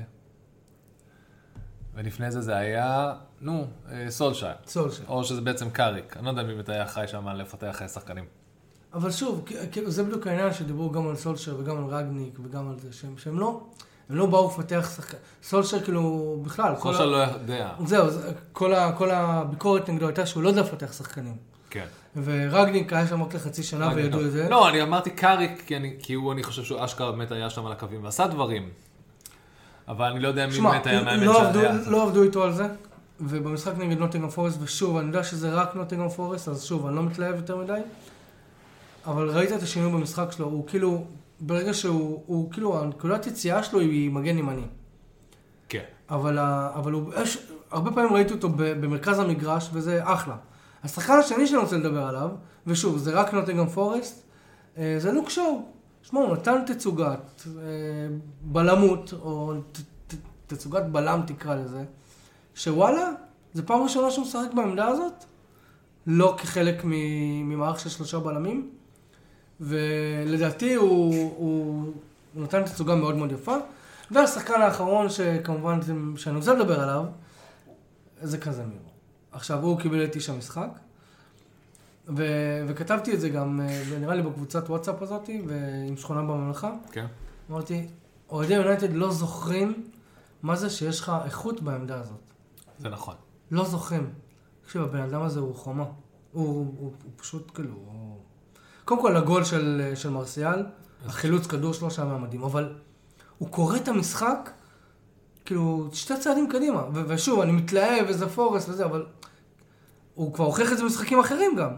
זה זה היה, סולשייר. או שזה בעצם קאריק. אני לא יודע מי היה חי שם לפתח שחקנים. אבל שוב, זה בדיוק העניין שדיברו גם על סולשייר וגם על רגניק וגם על זה, שהם לא באו לפתח שחקנים. סולשייר כאילו בכלל. סולשייר לא יודע. זהו, כל הביקורת נגדו הייתה שהוא לא יודע לפתח שחקנים. כן. ורגניק היה שם רק לחצי שנה וידעו את זה. לא, אני אמרתי קאריק, כי אני חושב שהוא אשכרה באמת היה שם על הקווים ועשה דברים. אבל אני לא יודע מי באמת היה מאמן שהיה. לא עבדו איתו על זה, ובמשחק נגד נוטינגהאם פורסט, ושוב, אני יודע שזה רק נוטינגהאם פורסט, אז שוב, אני לא מתלהב יותר מדי, אבל ראית את השינוי במשחק שלו, הוא כאילו, ברגע שהוא כאילו, הנקודת יציאה שלו היא מגן ימני. כן. אבל הרבה פעמים ראיתי אותו במרכז המגרש, וזה אחלה. השחקן השני שאני רוצה לדבר עליו, ושוב, זה רק נוטינגהאם פורסט, זה לוק שואו. שמע, הוא נתן תצוגת בלמות, או תצוגת בלם תקרא לזה, שוואלה, זה פעם ראשונה שהוא משחק בעמדה הזאת, לא כחלק ממערך של 3 בלמים, ולדעתי הוא נתן תצוגה מאוד מאוד יפה, והשחקן האחרון שכמובן שאני רוצה לדבר עליו, זה קזמירו. עכשיו, הוא קיבל את איש המשחק, וכתבתי את זה גם, נראה לי בקבוצת וואטסאפ הזאת, ועם שכונה בממלכה. כן. אמרתי, אוהדי יונייטד לא זוכרים מה זה שיש לך איכות בעמדה הזאת. זה נכון. לא זוכרים. תקשיב, הבן אדם הזה הוא חומה. הוא פשוט כאילו... קודם כל, הגול של מרסיאל, החילוץ כדור שלו שם מדהים, אבל הוא קורא את המשחק, כאילו, 2 צעדים קדימה. ושוב, אני מתלהב וזה פורס וזה, אבל הוא כבר הוכיח את זה במשחקים אחרים גם.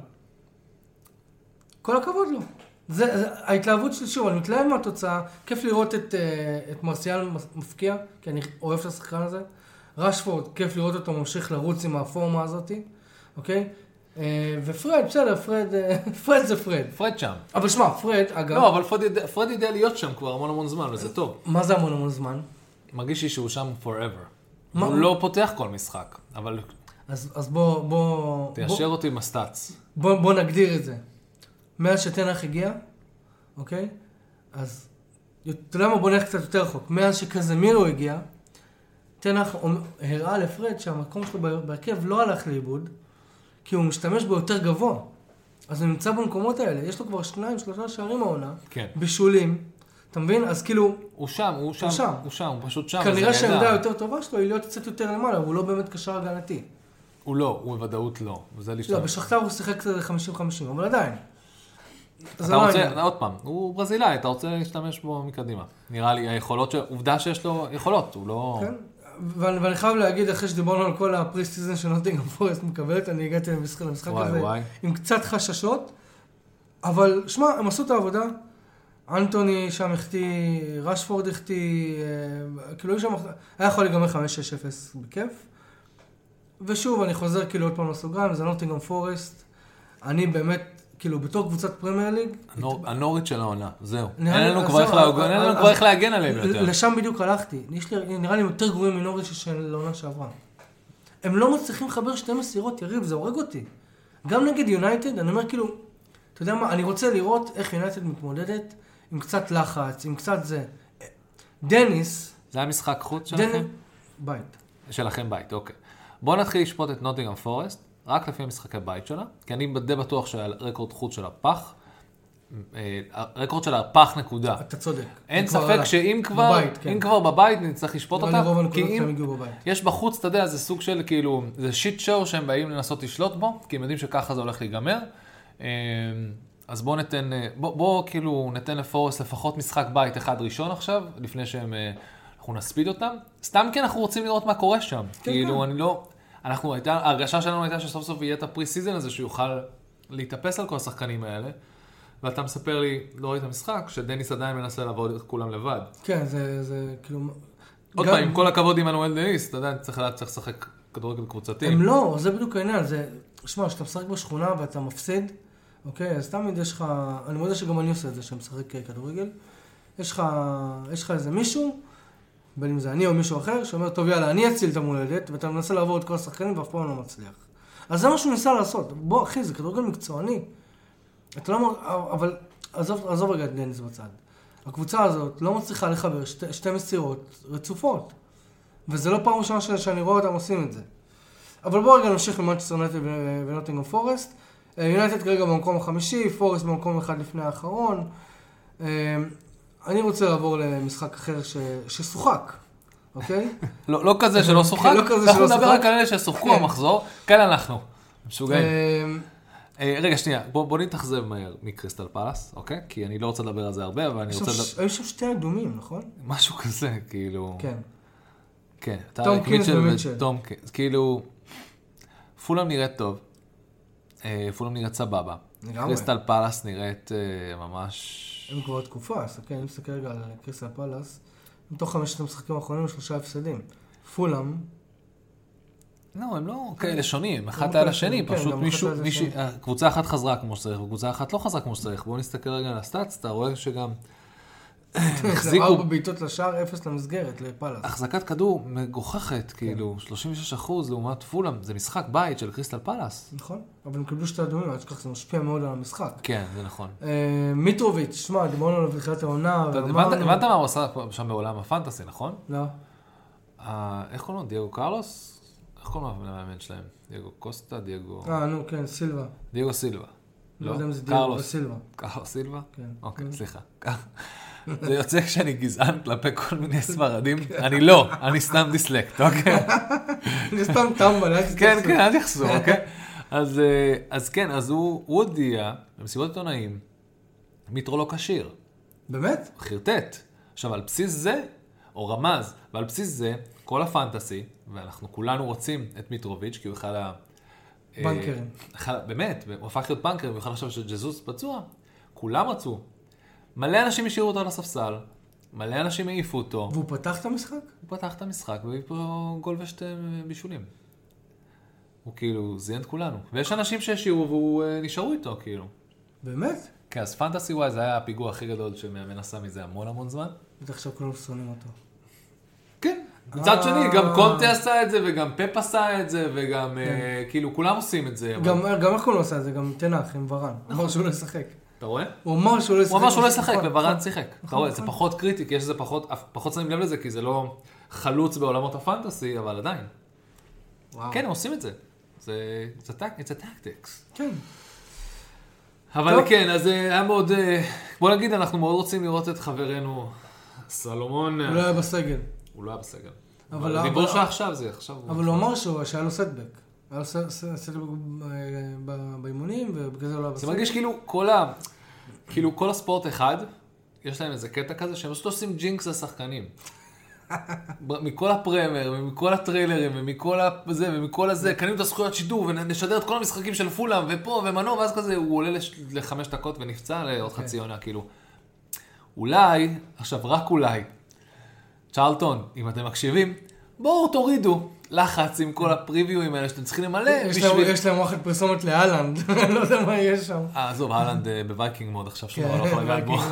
כל הכבוד לו. ההתלהבות שלי, שוב, אני מתלהב מהתוצאה, כיף לראות את מרסיאל מפקיע, כי אני אוהב את השחקן הזה. רשפורד, כיף לראות אותו ממשיך לרוץ עם הפורמה הזאת, אוקיי? ופרד, בסדר, פרד זה פרד. פרד שם. אבל שמע, פרד, אגב... לא, אבל פרד יודע להיות שם כבר המון זמן, וזה טוב. מה זה המון זמן? מרגיש לי שהוא שם forever. הוא לא פותח כל משחק, אבל... אז בוא... תיישר אותי עם הסטאצ. בוא נגדיר את זה. מאז שתנח הגיע, אוקיי? אז, אתה יודע מה, בוא נלך קצת יותר רחוק. מאז שקזמירו הגיע, תנח הראה לפרד שהמקום שלו בהרכב לא הלך לאיבוד, כי הוא משתמש בו יותר גבוה. אז הוא נמצא במקומות האלה, יש לו כבר 2-3 שערים העונה, בישולים, אתה מבין? אז כאילו... הוא פשוט שם. כנראה שהעמדה היותר טובה שלו היא להיות קצת יותר למעלה, הוא לא באמת קשר הגנתי. הוא לא, הוא בוודאות לא. לא, בשכתר הוא שיחק קצת 50-50, אבל עדיין. אתה רוצה, עוד פעם, הוא ברזילאי, אתה רוצה להשתמש בו מקדימה. נראה לי, עובדה שיש לו יכולות, הוא לא... כן, ואני חייב להגיד, אחרי שדיברנו על כל הפריסטיזן של נוטינגהאם פורסט מקבלת, אני הגעתי למשחק הזה עם קצת חששות, אבל שמע, הם עשו את העבודה, אנטוני שם החטיא, רשפורד החטיא, כאילו היה יכול להיגמר 5-6-0 בכיף, ושוב, אני חוזר כאילו עוד פעם לסוגריים, זה נוטינגהאם פורסט, אני באמת, כאילו, בתור קבוצת פרמייר ליג... הנורית של העונה, זהו. אין לנו כבר איך להגן עליהם יותר. לשם בדיוק הלכתי. נראה לי יותר גרועים מנורית של העונה שעברה. הם לא מצליחים לחבר 2 מסירות, יריב, זה הורג אותי. גם נגד יונייטד, אני אומר כאילו, אתה יודע מה, אני רוצה לראות איך יונייטד מתמודדת עם קצת לחץ, עם קצת זה. דניס... זה היה משחק חוץ שלכם? בית. שלכם בית, אוקיי. בואו נתחיל לשפוט את נוטינגהאם פורסט. רק לפי המשחקי בית שלה, כי אני די בטוח שהרקורד חוץ שלה פח, הרקורד שלה פח נקודה. אתה צודק. אין ספק שאם כבר בבית נצטרך לשפוט אותה, כי אם יש בחוץ, אתה יודע, זה סוג של כאילו, זה שיט שואו שהם באים לנסות לשלוט בו, כי הם יודעים שככה זה הולך להיגמר. אז בואו כאילו ניתן לפורסט לפחות משחק בית אחד ראשון עכשיו, לפני אנחנו נספיד אותם. סתם כי אנחנו רוצים לראות מה קורה שם. כאילו, אני לא... ההרגשה שלנו הייתה שסוף סוף יהיה את הפרי-סיזן הזה שיוכל להתאפס על כל השחקנים האלה, ואתה מספר לי, לא ראית המשחק, שדניס עדיין מנסה לעבוד את כולם לבד. כן, זה כאילו... עוד פעם, עם כל הכבוד עם מנואל דניס, אתה יודע, צריך לשחק כדורגל קבוצתי. הם לא, זה בדיוק העניין, זה... שמע, שאתה משחק בשכונה ואתה מפסיד, אוקיי, אז תמיד יש לך... אני מודה שגם אני עושה את זה, שאני משחק כדורגל. יש לך איזה מישהו, בין אם זה אני או מישהו אחר, שאומר, טוב יאללה, אני אציל את המולדת, ואתה מנסה לעבור את כל השחקנים, ואף פעם לא מצליח. אז זה מה שהוא ניסה לעשות. בוא, אחי, זה כדורגל מקצועני. אתה לא אומר, אבל עזוב רגע את דניס בצד. הקבוצה הזאת לא מצליחה לחבר 2 מסירות רצופות. וזה לא פעם ראשונה שאני רואה אותם עושים את זה. אבל בוא רגע נמשיך למנצ'סטר יונייטד ונוטינגהאם פורסט. יונייטד כרגע במקום החמישי, פורסט במקום אחד לפני האחרון. אני רוצה לעבור למשחק אחר ששוחק, אוקיי? לא כזה שלא שוחק, אנחנו נדבר רק על אלה ששוחקו המחזור, כאן אנחנו, משוגעים. רגע, שנייה, בוא נתאכזב מהר מקריסטל פלאס, אוקיי? כי אני לא רוצה לדבר על זה הרבה, אבל אני רוצה לדבר... היו שם 2 אדומים, נכון? משהו כזה, כאילו... כן. כן. תום קינס ומיטשל. כאילו, פולאם נראית טוב, פולאם נראית סבבה. קריסטל פלאס נראית ממש... הם כבר תקופה, אז כן, אני מסתכל רגע על קריסטל פלאס, מתוך 5 המשחקים האחרונים 3 הפסדים. פולאם... לא, הם לא כאלה שונים, אחד על השני, פשוט מישהו, קבוצה אחת חזרה כמו שצריך, וקבוצה אחת לא חזרה כמו שצריך. בואו נסתכל רגע על הסטאצ, אתה רואה שגם... זה 4 בעיטות לשער, 0 למסגרת, לפלאס. החזקת כדור מגוחכת, כאילו, 36% לעומת פולאם, זה משחק בית של קריסטל פלאס. נכון, אבל הם קיבלו 2 אדומים, עד שכך זה משפיע מאוד על המשחק. כן, זה נכון. מיטרוביץ', שמע, דיברנו עליו בתחילת העונה. הבנת מה הוא עושה שם בעולם הפנטסי, נכון? לא. איך קוראים לו? דייגו קרלוס? איך קוראים לו המאמן שלהם? דייגו קוסטה, דייגו... נו, כן, סילבה. דייגו סילבה. לא יודע אם זה דייגו סילבה. קרלוס סילבה? כן. אוקיי, סליחה. זה יוצא כשאני גזען כלפי כל מיני ספרדים. אני לא, אני סתם דיסלקט, אוקיי? אני סתם טמבל. כן, כן, אל תחזור, אוקיי? אז כן, אז הוא הודיע, במסיבות עיתונאים, מיטרו לא כשיר. באמת? חרטט. עכשיו, על בסיס זה, או רמז, ועל בסיס זה, כל הפנטסי, ואנחנו כולנו רוצים את מיטרוביץ', כי הוא אחד בנקרים. באמת, הוא הפך להיות בנקר, הוא יכול לחשוב שג'זוס פצוע. כולם רצו. מלא אנשים השאירו אותו על הספסל, מלא אנשים העיפו אותו. והוא פתח את המשחק? הוא פתח את המשחק, והוא הביא פה גול ושתי בישולים. הוא כאילו זיין את כולנו. ויש אנשים שהשאירו והוא נשארו איתו, כאילו. באמת? כן, אז פנטסי וואי, זה היה הפיגוע הכי גדול שמאמן עשה מזה המון זמן. ועכשיו כולם שונאים אותו. כן. מצד שני, גם קונטה עשה את זה, וגם פפ עשה את זה, וגם כאילו כולם עושים את זה. גם איך כולם עשה את זה, גם תנח עם ורן. אמר שהוא לא ישחק. אתה רואה? הוא אמר שהוא לא ישחק. הוא אמר שהוא לא ישחק, וורן שיחק. אתה רואה, זה פחות קריטי, כי יש לזה פחות שמים לב לזה, כי זה לא חלוץ בעולמות הפנטסי, אבל עדיין. כן, הם עושים את זה. It's a tactics. כן. אבל כן, אז היה מאוד, בוא נגיד, אנחנו מאוד רוצים לראות את חברנו סלומון. הוא לא היה בסגל. הוא לא היה בסגל. אבל דיבור שעכשיו זה, עכשיו. אבל הוא אמר שהיה לו סטבק. היה לו סטבק באימונים, ובגלל זה הוא לא היה בסגל. זה מרגיש כאילו כל הספורט אחד, יש להם איזה קטע כזה, שהם פשוט עושים ג'ינקס לשחקנים. מכל הפרמייר, ומכל הטריילרים, ומכל הזה, קנינו את הזכויות שידור, ונשדר את כל המשחקים של פולאם, ופה, ומנוע, ואז כזה, הוא עולה ל5 דקות ונפצע לעוד חצי עונה, כאילו. אולי, עכשיו רק אולי, צ'רלטון, אם אתם מקשיבים, בואו תורידו לחץ עם כל הפריוויואים האלה שאתם צריכים למלא. יש להם וואחד פרסומת להלנד, לא יודע מה יש שם. עזוב, הלנד בווייקינג מוד עכשיו שהוא לא יכול לגעת בו.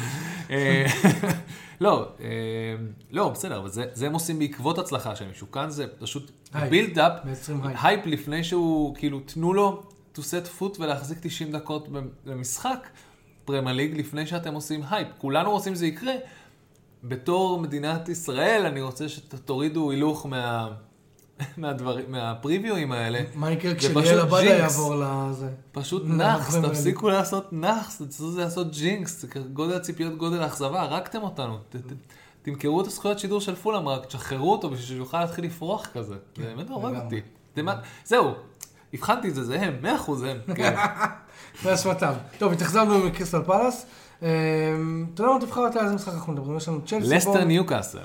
לא, בסדר, אבל זה הם עושים בעקבות הצלחה של מישהו. כאן זה פשוט בילד-אפ, הייפ לפני שהוא, כאילו, תנו לו to set foot ולהחזיק 90 דקות במשחק פרמייר ליג לפני שאתם עושים הייפ. כולנו רוצים שזה יקרה. בתור מדינת ישראל, אני רוצה שתורידו הילוך מהפריוויואים האלה. מה יקרה כשליאל עבדה יעבור לזה? פשוט נחס, תפסיקו לעשות נחס, תצטרכו לעשות ג'ינקס, גודל הציפיות, גודל האכזבה, הרגתם אותנו. תמכרו את הזכויות שידור של פולאם, רק תשחררו אותו בשביל שיוכל להתחיל לפרוח כזה. זה באמת הורג אותי. זהו, הבחנתי את זה, זה הם, 100% הם. זה אשמתם. טוב, התאכזבנו מקריסטל פלאס. אתה יודע מה תבחר אותה איזה משחק אנחנו מדברים? יש לנו צ'לסי. לסטר ניוקאסל.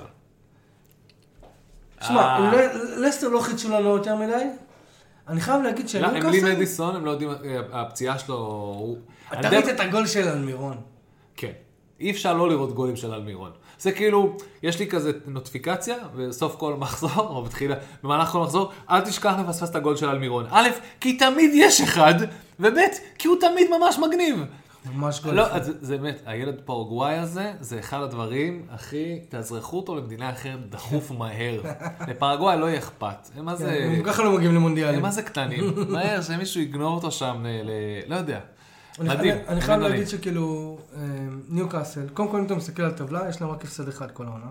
שמע, לסטר לא חידשו לנו יותר מדי. אני חייב להגיד שניוקאסל... הם בלי מדיסון, הם לא יודעים, הפציעה שלו... אתה ראית את הגול של אלמירון. כן. אי אפשר לא לראות גולים של אלמירון. זה כאילו, יש לי כזה נוטיפיקציה, בסוף כל מחזור, או בתחילה, במהלך כל מחזור, אל תשכח לפספס את הגול של אלמירון. א', כי תמיד יש אחד, וב', כי הוא תמיד ממש מגניב. ממש גול. לא, זה באמת, הילד פרגוואי הזה, זה אחד הדברים, אחי, תאזרחו אותו למדינה אחרת דחוף ומהר. לפרגוואי לא יהיה אכפת. הם ככה לא מגיעים למונדיאלים. הם מה זה קטנים. מהר, שמישהו יגנוב אותו שם, לא יודע. מדהים. אני חייב להגיד שכאילו, ניוקאסל, קודם כל אם אתה מסתכל על טבלה, יש להם רק הפסד אחד כל העונה.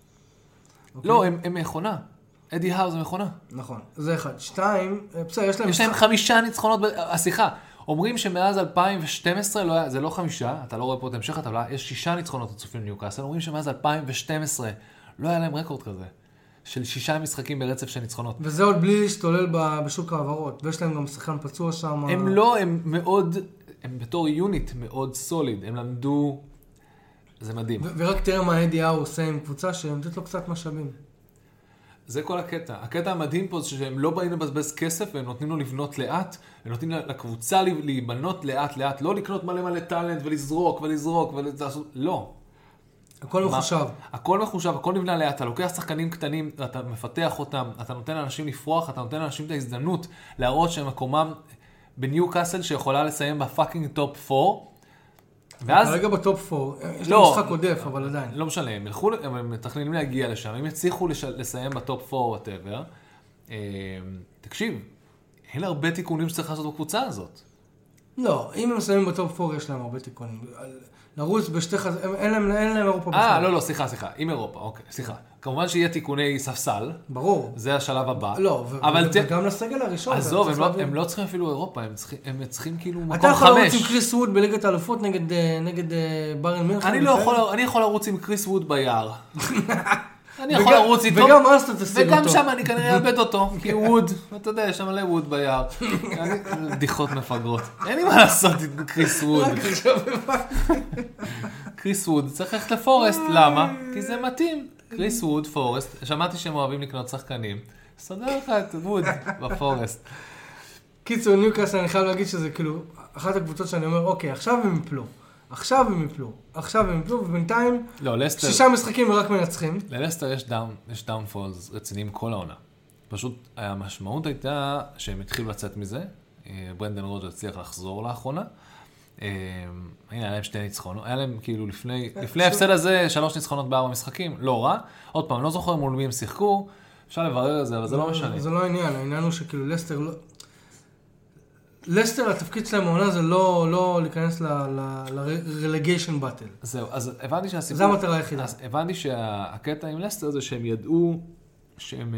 לא, הם מכונה. אדי האו זה מכונה. נכון, זה אחד. 2, בסדר, יש להם 5 ניצחונות, סליחה. אומרים שמאז 2012, זה לא 5, אתה לא רואה פה את המשך הטבלה, יש 6 ניצחונות רצופים לניוקאסל, אומרים שמאז 2012 לא היה להם רקורד כזה, של 6 משחקים ברצף של ניצחונות. וזה עוד בלי להשתולל בשוק העברות, ויש להם גם שחקן פצוע שם. הם לא, הם מאוד, הם בתור יוניט מאוד סוליד, הם למדו, זה מדהים. ורק תראה מה אדי האו עושה עם קבוצה שנותנת לו קצת משאבים. זה כל הקטע. הקטע המדהים פה זה שהם לא באים לבזבז כסף, והם נותנים לו לבנות לאט, הם נותנים לקבוצה להיבנות לאט לאט, לא לקנות מלא טלנט ולזרוק ולעשות, לא. הכל מחושב. הכל מחושב, הכל נבנה לאט, אתה לוקח שחקנים קטנים, אתה מפתח אותם, אתה נותן לאנשים לפרוח, אתה נותן לאנשים את ההזדמנות להראות שהם מקומם בניוקאסל שיכולה לסיים בפאקינג טופ 4, ואז... כרגע בטופ 4, יש להם משחק עודף, אבל עדיין. לא משנה, הם מתכננים להגיע לשם, הם יצליחו לסיים בטופ 4 whatever. תקשיב, אין הרבה תיקונים שצריך לעשות בקבוצה הזאת. לא, אם הם מסיימים בטופ 4 יש להם הרבה תיקונים. לרוץ בשתי אין להם אירופה בכלל. לא, סליחה, עם אירופה, אוקיי, סליחה. כמובן שיהיה תיקוני ספסל. ברור. זה השלב הבא. לא, וגם לסגל הראשון. עזוב, הם לא צריכים אפילו אירופה, הם צריכים כאילו מקום 5. אתה יכול לרוץ עם קריס ווד בליגת האלופות נגד ביירן מינכן? אני יכול לרוץ עם קריס ווד ביער. אני יכול לרוץ איתו. וגם אז אתה תשיג אותו. וגם שם אני כנראה אאבד אותו, כי ווד, אתה יודע, יש שם מלא ווד ביער. בדיחות מפגרות. אין לי מה לעשות עם קריס ווד. קריס ווד צריך ללכת לפורסט, למה? כי זה מתאים. קריס ווד, פורסט, שמעתי שהם אוהבים לקנות שחקנים. סדר לך את ווד בפורסט. קיצור, ניוקאסל, אני חייב להגיד שזה כאילו, אחת הקבוצות שאני אומר, אוקיי, עכשיו הם יפלו, ובינתיים, 6 משחקים ורק מנצחים. ללסטר יש דאונפולס רציניים כל העונה. פשוט המשמעות הייתה שהם התחילו לצאת מזה, ברנדן רוג'רס הצליח לחזור לאחרונה, הנה, היה להם 2 ניצחונות, היה להם כאילו לפני ההפסד הזה 3 ניצחונות ב4 משחקים, לא רע, עוד פעם, לא זוכר מול מי הם שיחקו, אפשר לברר את זה, אבל זה לא משנה. זה לא העניין הוא שכאילו לסטר, התפקיד שלהם העונה זה לא להיכנס ל-relegation battle. זהו, אז הבנתי שהסיפור... זה המטרה היחידה. אז הבנתי שהקטע עם לסטר זה שהם ידעו שהם...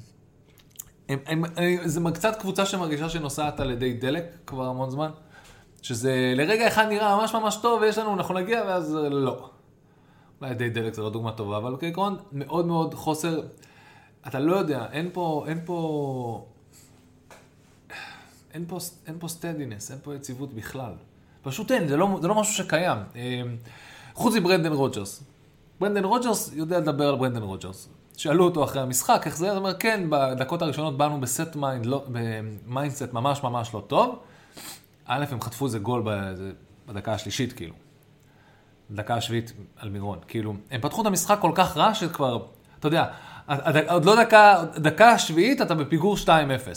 זה קצת קבוצה שמרגישה שנוסעת על ידי דלק כבר המון זמן. שזה לרגע אחד נראה ממש ממש טוב, ויש לנו, אנחנו נגיע, ואז לא. אולי די דלק זה לא דוגמה טובה, אבל כעיקרון מאוד מאוד חוסר, אתה לא יודע, אין פה סטדינס, אין פה יציבות בכלל. פשוט אין, זה לא משהו שקיים. חוץ מברנדן רוג'רס. ברנדן רוג'רס יודע לדבר על ברנדן רוג'רס. שאלו אותו אחרי המשחק, איך זה? הוא אומר, כן, בדקות הראשונות באנו בסט מיינד, במיינדסט ממש ממש לא טוב. א', הם חטפו איזה גול בדקה השלישית, כאילו. בדקה השביעית על מירון. כאילו, הם פתחו את המשחק כל כך רע שכבר, אתה יודע, עוד לא דקה השביעית, אתה בפיגור 2-0.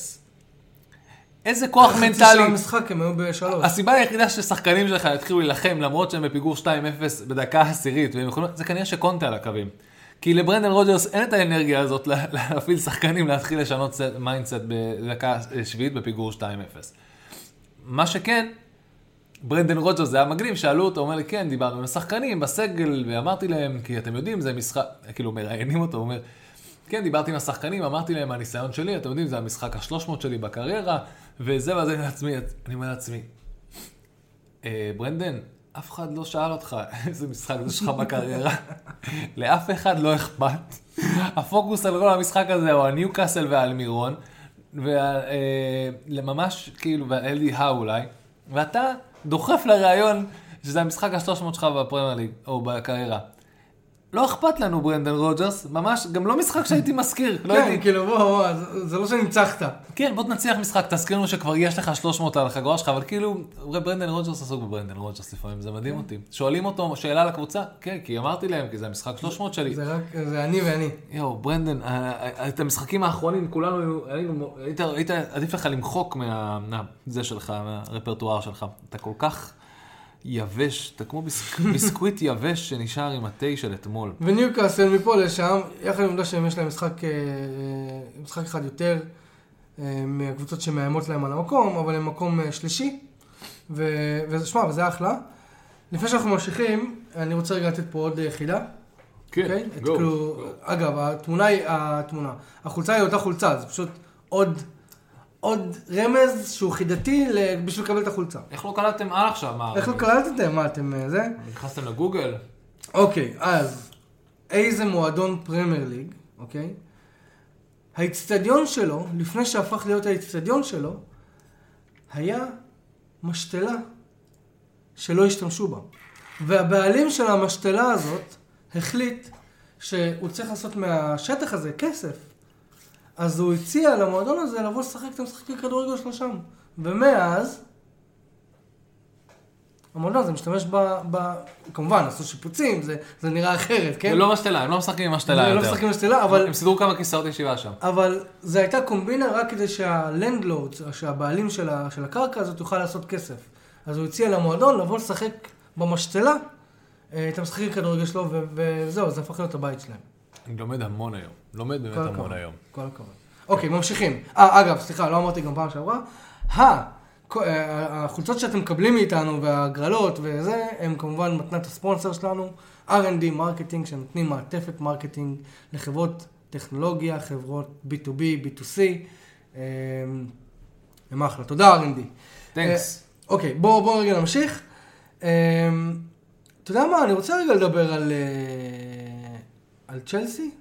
איזה כוח מנטלי. חצי שעה המשחק, הם היו ב3. הסיבה היחידה ששחקנים שלך יתחילו להילחם, למרות שהם בפיגור 2-0 בדקה העשירית, זה כנראה שקונטה על הקווים. כי לברנדן רוג'רס אין את האנרגיה הזאת להפעיל שחקנים, להתחיל לשנות מיינדסט בדקה שביעית בפיגור 2-0. מה שכן, ברנדן רוג'רס זה היה מגניב, שאלו אותו, אומר לי, כן, דיברנו עם השחקנים בסגל, ואמרתי להם, כי אתם יודעים, זה משחק, כאילו מראיינים אותו, הוא אומר, כן, דיברתי עם השחקנים, אמרתי להם, הניסיון שלי, אתם יודעים, זה המשחק ה-300 שלי בקריירה, וזה וזה אני אומר לעצמי, ברנדן, אף אחד לא שאל אותך איזה משחק זה שלך בקריירה. לאף אחד לא אכפת. הפוקוס על כל המשחק הזה הוא על ניוקאסל ועל מירון, וממש כאילו, ועל אלדי האו אולי, ואתה דוחף לרעיון שזה המשחק ה-300 שלך בפרמייר ליג, או בקריירה. לא אכפת לנו ברנדן רוג'רס, ממש, גם לא משחק שהייתי מזכיר. כן, כאילו בוא, זה לא שנצחת. כן, בוא תנצח משחק, תזכיר לנו שכבר יש לך 300 על החגורה שלך, אבל כאילו, ברנדן רוג'רס עסוק בברנדן רוג'רס לפעמים, זה מדהים אותי. שואלים אותו שאלה לקבוצה? כן, כי אמרתי להם, כי זה המשחק 300 שלי. זה אני ואני. יואו, ברנדן, את המשחקים האחרונים, כולנו, היית עדיף לך למחוק זה שלך, מהרפרטואר שלך. אתה כל כך יבש, אתה כמו ביסקוויט יבש שנשאר עם התה של אתמול. וניוקאסל מפה לשם, יחד עם שיש להם משחק אחד יותר מהקבוצות שמאיימות להם על המקום, אבל הם מקום שלישי, ושמע, וזה אחלה. לפני שאנחנו ממשיכים, אני רוצה רגע לתת פה עוד חידה. כן, גו. אגב, התמונה, החולצה היא אותה חולצה, זה פשוט עוד רמז שהוא חידתי בשביל לקבל את החולצה. איך לא קלטתם על עכשיו? איך לא קלטתם? מה אתם זה? נכנסתם לגוגל? אוקיי, אז איזה מועדון פרמייר ליג, אוקיי? האצטדיון שלו, לפני שהפך להיות האצטדיון שלו, היה משתלה שלא השתמשו בה. והבעלים של המשתלה הזאת החליט שהוא צריך לעשות מהשטח הזה כסף. אז הוא הציע למועדון הזה לבוא לשחק את המשחקי כדורגל שלו שם. ומאז, המועדון הזה משתמש כמובן, עשו שיפוצים, זה נראה אחרת, כן? זה לא משתלה, הם לא משחקים עם משתלה יותר. הם לא משחקים עם משתלה, אבל... הם סידרו כמה כיסאות ישיבה שם. אבל זה הייתה קומבינה רק כדי שהלנדלורד, שהבעלים של הקרקע הזאת יוכל לעשות כסף. אז הוא הציע למועדון לבוא לשחק במשתלה את המשחקי כדורגל שלו, וזהו, זה הפך להיות הבית שלהם. אני לומד המון היום. לומד באמת המון היום. כל הכבוד. אוקיי, ממשיכים. אגב, סליחה, לא אמרתי גם פעם שעברה. החולצות שאתם מקבלים מאיתנו והגרלות וזה, הם כמובן מתנת הספונסר שלנו, R&D מרקטינג, שנותנים מעטפת מרקטינג לחברות טכנולוגיה, חברות B2B, B2C. הם אחלה. תודה R&D. תנקס. אוקיי, בואו רגע נמשיך. אתה יודע מה, אני רוצה רגע לדבר על צ'לסי.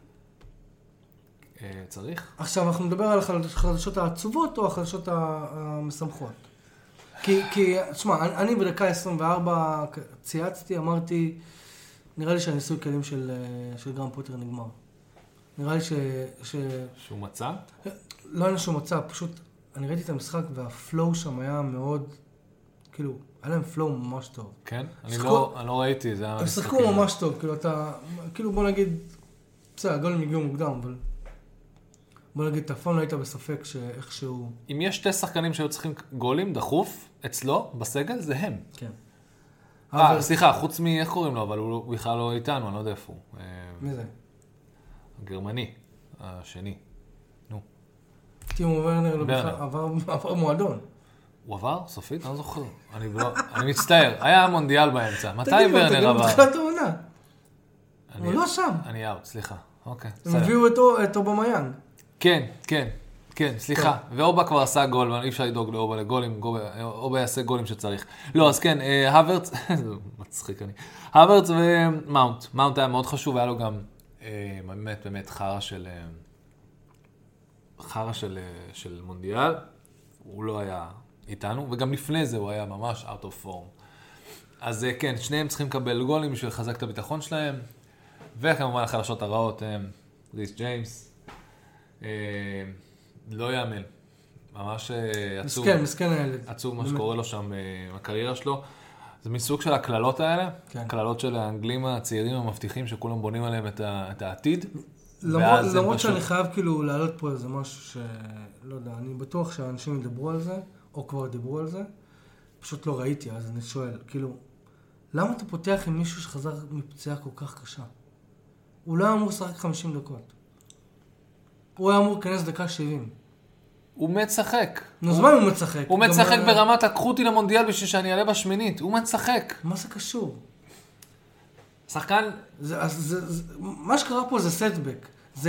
צריך? עכשיו אנחנו נדבר על החדשות העצובות או החדשות המשמחות. כי, תשמע, אני בדקה 24 צייצתי, אמרתי, נראה לי שהניסוי כלים של גרם פוטר נגמר. נראה לי שהוא מצא? לא היה שהוא מצא, פשוט, אני ראיתי את המשחק והפלואו שם היה מאוד, כאילו, היה להם פלואו ממש טוב. כן? אני לא ראיתי, זה היה... הם שחקו ממש טוב, כאילו בוא נגיד, בסדר, הגולים הגיעו מוקדם, אבל... בוא נגיד, אתה פעם לא היית בספק שאיכשהו... אם יש שתי שחקנים שהיו צריכים גולים דחוף אצלו, בסגל, זה הם. כן. סליחה, חוץ איך קוראים לו, אבל הוא בכלל לא איתנו, אני לא יודע איפה הוא. מי זה? הגרמני, השני. נו. טימו ורנר עבר מועדון. הוא עבר? סופית? אני לא זוכר. אני מצטער. היה מונדיאל באמצע. מתי ורנר עבר? תגיד, מתחילת העונה. הוא לא שם. אני אאוט, סליחה. אוקיי. הם הביאו את אובמיאנג. כן. כן, סליחה. ואובה כבר עשה גול, ואי אפשר לדאוג לאובה לגולים, אובה יעשה גולים שצריך. לא, אז כן, הוורץ, זה מצחיק אני. הוורץ ומאונט. מאונט היה מאוד חשוב, היה לו גם באמת חרה של מונדיאל. הוא לא היה איתנו, וגם לפני זה הוא היה ממש out of form. אז כן, שניהם צריכים לקבל גולים בשביל לחזק את הביטחון שלהם. וכמובן החלשות הרעות הם ריס ג'יימס. לא יאמן. ממש עצוב. מסכן הילד. עצוב מה שקורה לו שם בקריירה שלו. זה מסוג של הכללות האלה. הכללות של האנגלים הצעירים המבטיחים שכולם בונים עליהם את העתיד. למרות שאני חייב כאילו להעלות פה איזה משהו שלא יודע, אני בטוח שהאנשים ידברו על זה, או כבר דיברו על זה. פשוט לא ראיתי, אז אני שואל, כאילו, למה אתה פותח עם מישהו שחזר מפציעה כל כך קשה? הוא לא אמור לשחק 50 דקות. הוא היה אמור להיכנס דקה 70. הוא מצחק. נו, זמן הוא מצחק. הוא מצחק ברמת לקחו אותי למונדיאל בשביל שאני אעלה בשמינית. הוא מצחק. מה זה קשור? שחקן... מה שקרה פה זה סטבק.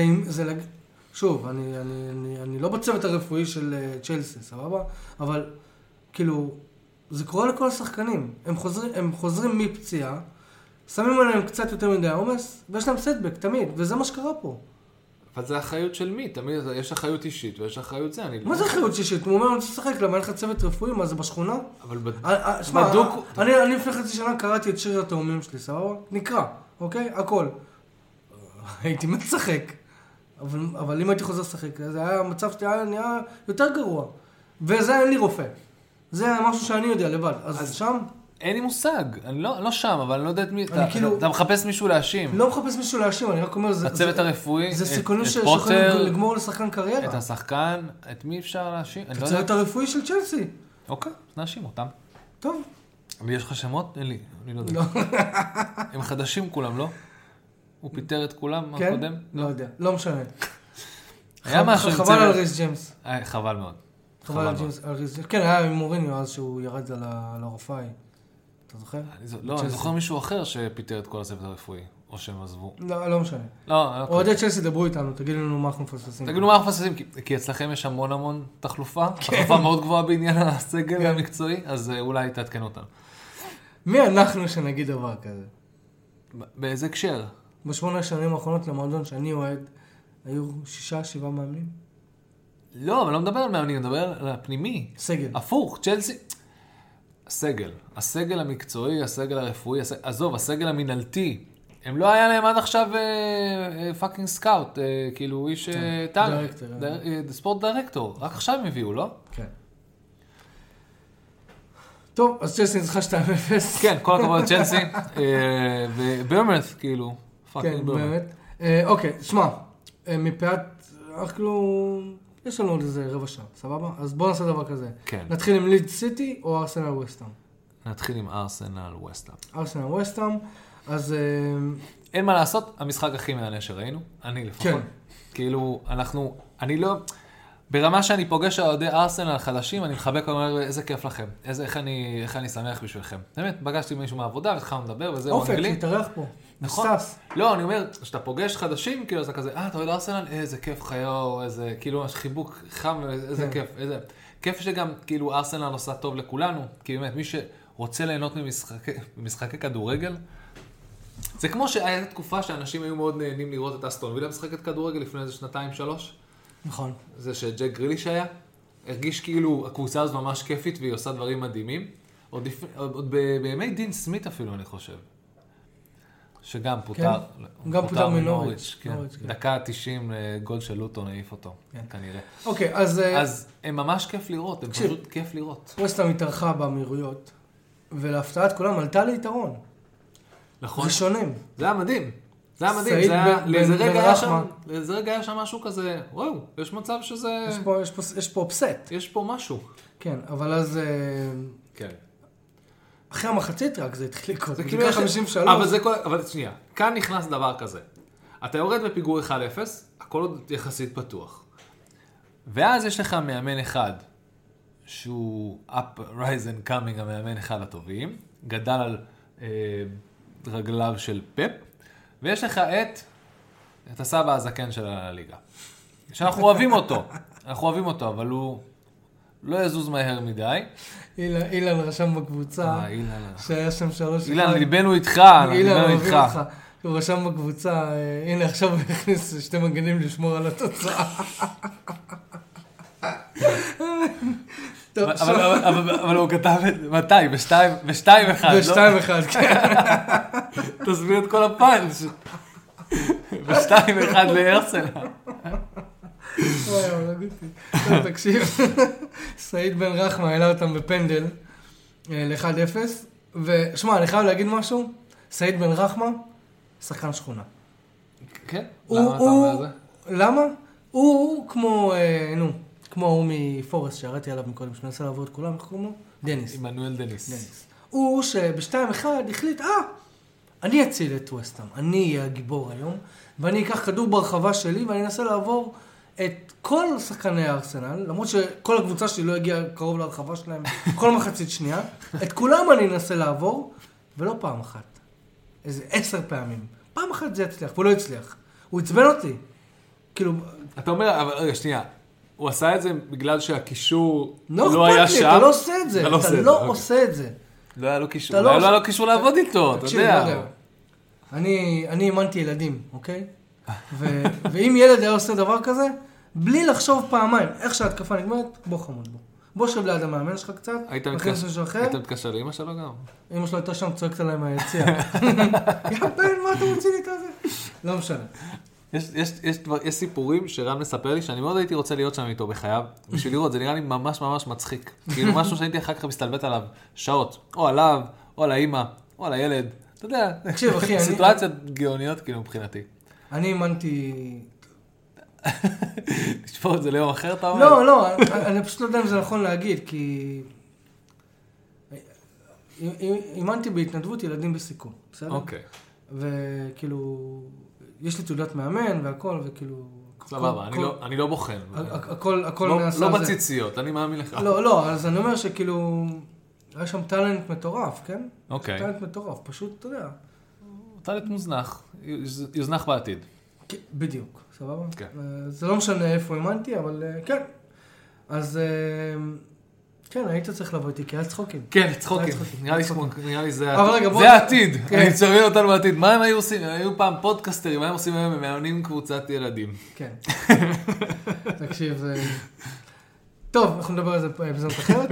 שוב, אני לא בצוות הרפואי של צ'לסי, סבבה? אבל כאילו, זה קורה לכל השחקנים. הם חוזרים מפציעה, שמים עליהם קצת יותר מדי עומס, ויש להם סטבק תמיד, וזה מה שקרה פה. אבל זה אחריות של מי? תמיד יש אחריות אישית ויש אחריות זה. מה זה אחריות אישית? הוא אומר, אני צריך לשחק, למה אין לך צוות רפואי? מה זה בשכונה? אבל בדוק... אני לפני חצי שנה קראתי את שיר התאומים שלי, סבבה? נקרא, אוקיי? הכל. הייתי מצחק. אבל אם הייתי חוזר לשחק, המצב שלי היה נהיה יותר גרוע. וזה אין לי רופא. זה משהו שאני יודע לבד. אז שם... אין לי מושג. אני לא שם, אבל אני לא יודע את מי... אתה מחפש מישהו להאשים. לא מחפש מישהו להאשים, אני רק אומר... הצוות הרפואי, זה סיכונים שיכולים לגמור לשחקן קריירה. את השחקן, את מי אפשר להאשים? את הצוות הרפואי של צ'לסי. אוקיי, נאשים אותם. טוב. ויש לך שמות? אין לי, אני לא יודע. הם חדשים כולם, לא? הוא פיטר את כולם הקודם? לא יודע, לא משנה. היה משהו... חבל על ריס ג'יימס. חבל מאוד. חבל על ריס ג'יימס. כן, היה עם מוריניו אז שהוא ירד על הרפאי. אתה זוכר? לא, אני זוכר מישהו אחר שפיטר את כל הצוות הרפואי, או שהם עזבו. לא משנה. אוהדי צ'לסי דברו איתנו, תגידו לנו מה אנחנו מפספסים. תגידו מה אנחנו מפספסים, כי אצלכם יש המון תחלופה, תחלופה מאוד גבוהה בעניין הסגל המקצועי, אז אולי תעדכן אותנו. מי אנחנו שנגיד דבר כזה? באיזה הקשר? ב8 שנים האחרונות למועדון שאני אוהד, היו 6-7 מאמנים. לא, אבל לא מדבר על מאמנים, אני מדבר על הפנימי. סגל. הפוך, צ'לסי. הסגל המקצועי, הסגל הרפואי, עזוב, הסגל המנהלתי. הם לא היה להם עד עכשיו פאקינג סקאוט, כאילו איש טאלנט, ספורט דירקטור. רק עכשיו הם הביאו, לא? כן. טוב, אז צ'לסי נצחה 2-0. כן, כל הכבוד צ'לסי. וברמרת, כאילו, פאקינג ברמרת. אוקיי, שמע, מפאת, כאילו... יש לנו עוד איזה רבע שעה, סבבה? אז בואו נעשה דבר כזה. כן. נתחיל עם ליד סיטי או ארסנל ווסטהאם? נתחיל עם ארסנל ווסטהאם. ארסנל ווסטהאם, אז... אין מה לעשות, המשחק הכי מענה שראינו, אני לפחות. כן. כאילו, אני לא... ברמה שאני פוגש על אוהדי ארסנל חדשים, אני מחבק ואומר, איזה כיף לכם, איך אני שמח בשבילכם. באמת, פגשתי מישהו מהעבודה, והתחלנו לדבר, וזהו אנגלי. אופק, תתארח פה. נכון. לא, אני אומר, כשאתה פוגש חדשים, כאילו, זה כזה, אתה אוהד ארסנל, איזה כיף חיו, איזה, כאילו, חיבוק חם, איזה כיף, איזה... כיף שגם, כאילו, ארסנל עושה טוב לכולנו, כי באמת, מי שרוצה ליהנות ממשחקי כדורגל, זה כמו שהיה תקופה שאנשים היו מאוד נהנים לראות את אסטון וילה משחקת כדורגל לפני איזה 2-3. נכון. זה שג'ק גריליש היה, הרגיש כאילו הקבוצה הזאת ממש כיפית והיא עושה דברים מדהימים. עוד בימי דין סמית אפילו, אני חושב. שגם פוטר. גם פוטר מנוריץ'. דקה 90 גול של לוטון העיף אותו, כנראה. אוקיי, אז הם ממש כיף לראות, הם פשוט כיף לראות. ווסטהאם התארחה באמירויות, ולהפתעת כולם עלתה ליתרון. נכון. ראשונים. זה היה מדהים. זה היה מדהים, לאיזה רגע היה שם משהו כזה, וואו, יש מצב שזה... יש פה אופסט. יש פה משהו. כן, אבל אז... כן. אחרי המחצית רק זה התחיל לקרות. זה כאילו 53. אבל שנייה, כאן נכנס דבר כזה. אתה יורד בפיגור 1-0, הכל עוד יחסית פתוח. ואז יש לך מאמן אחד, שהוא up, rise and coming, המאמן אחד הטובים, גדל על רגליו של פפ, ויש לך את הסבא הזקן של הליגה. שאנחנו אוהבים אותו. אנחנו אוהבים אותו, אבל הוא לא יזוז מהר מדי. אילן רשם בקבוצה, שהיה שם 3... אילן, ליבנו איתך, ליבנו איתך. הוא רשם בקבוצה, הנה עכשיו הוא הכניס 2 מגנים לשמור על התוצאה. אבל הוא כתב מתי? ב-2-1, לא? ב-2-1, כן. תסביר את כל הפאנץ'. ב-2-1 לארסנל. וואי, טוב, תקשיב. סעיד בן רחמה העלה אותם בפנדל ל-1-0, ושמע, אני חייב להגיד משהו, סעיד בן רחמה, שחקן שכונה. כן? למה אתה אומר זה? למה? הוא כמו הוא מפורסט שהראיתי עליו מקודם, שננסה לעבור את כולם, איך קוראים לו? דניס. עמנואל דניס. הוא שב-2-1 החליט, אני אציל את ווסטהאם, אני אהיה הגיבור היום, ואני אקח כדור ברחבה שלי, ואני אנסה לעבור את כל שחקני הארסנל, למרות שכל הקבוצה שלי לא הגיעה קרוב לרחבה שלהם, כל מחצית שנייה, את כולם אני אנסה לעבור, ולא פעם אחת. איזה 10 פעמים. פעם אחת זה יצליח, והוא לא הצליח. הוא הצבן אותי. כאילו... אתה אומר, אבל רגע, שנייה. הוא עשה את זה בגלל שהקישור לא היה שם? אתה לא עושה את זה. אתה לא עושה את זה. לא היה לו קישור. לא היה לו קישור לעבוד איתו, אתה יודע. אני אימנתי ילדים, אוקיי? ואם ילד היה עושה דבר כזה, בלי לחשוב פעמיים, איך שההתקפה נגמרת, בוא חמוד בו. בוא שב ליד המאמן שלך קצת. היית מתקשר לאמא שלו גם? אמא שלו הייתה שם צועקת עליי מהיציאה. יא בן, מה אתה רוצה לי את זה? לא משנה. יש סיפורים שרן מספר לי שאני מאוד הייתי רוצה להיות שם איתו בחייו. בשביל לראות, זה נראה לי ממש ממש מצחיק. כאילו משהו שהייתי אחר כך מסתלבט עליו שעות. או עליו, או על האמא, או על הילד. אתה יודע, תקשיב, אחי, סיטואציות גאוניות כאילו מבחינתי. אני אימנתי... תשפור את זה ליום אחר, אתה אומר? לא, אני פשוט לא יודע אם זה נכון להגיד, כי... אימנתי בהתנדבות ילדים בסיכון, בסדר? אוקיי. וכאילו, יש לי תעודת מאמן והכל, וכאילו... סבבה, אני לא בוחן. הכל נעשה זה. לא בציציות, אני מאמין לך. לא, אז אני אומר שכאילו, היה שם טלנט מטורף, כן? אוקיי. טלנט מטורף, פשוט, אתה יודע. טלנט מוזנח, יוזנח בעתיד. בדיוק, סבבה? כן. זה לא משנה איפה אימנתי, אבל כן. אז... כן, היית צריך לבוא איתי, כי היה צחוקים. כן, צחוקים. נראה לי זה העתיד. אני צורבין אותנו בעתיד. מה הם היו עושים? היו פעם פודקאסטרים, מה הם עושים היום? הם מאמנים קבוצת ילדים. כן. תקשיב, טוב, אנחנו נדבר על זה בזמן אחרת.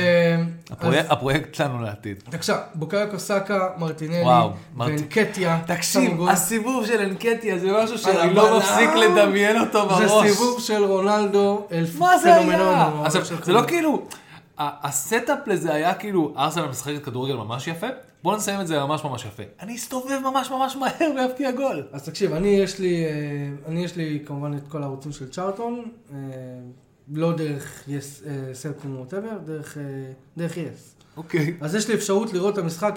הפרויקט שלנו לעתיד. תקשיב, בוקאיו סאקה, מרטינלי, ואנקטיה. תקשיב, הסיבוב של אנקטיה זה משהו שאני לא מפסיק לדמיין אותו בראש. זה סיבוב של רונלדו, מה זה היה? זה לא כאילו... הסטאפ לזה היה כאילו, ארסנל משחקת כדורגל ממש יפה, בואו נסיים את זה ממש ממש יפה. אני אסתובב ממש ממש מהר ואבקיע גול. אז תקשיב, יש לי כמובן את כל הערוצים של צ'ארטון, לא דרך סלקום ווטאבר, דרך יס. אוקיי. אז יש לי אפשרות לראות את המשחק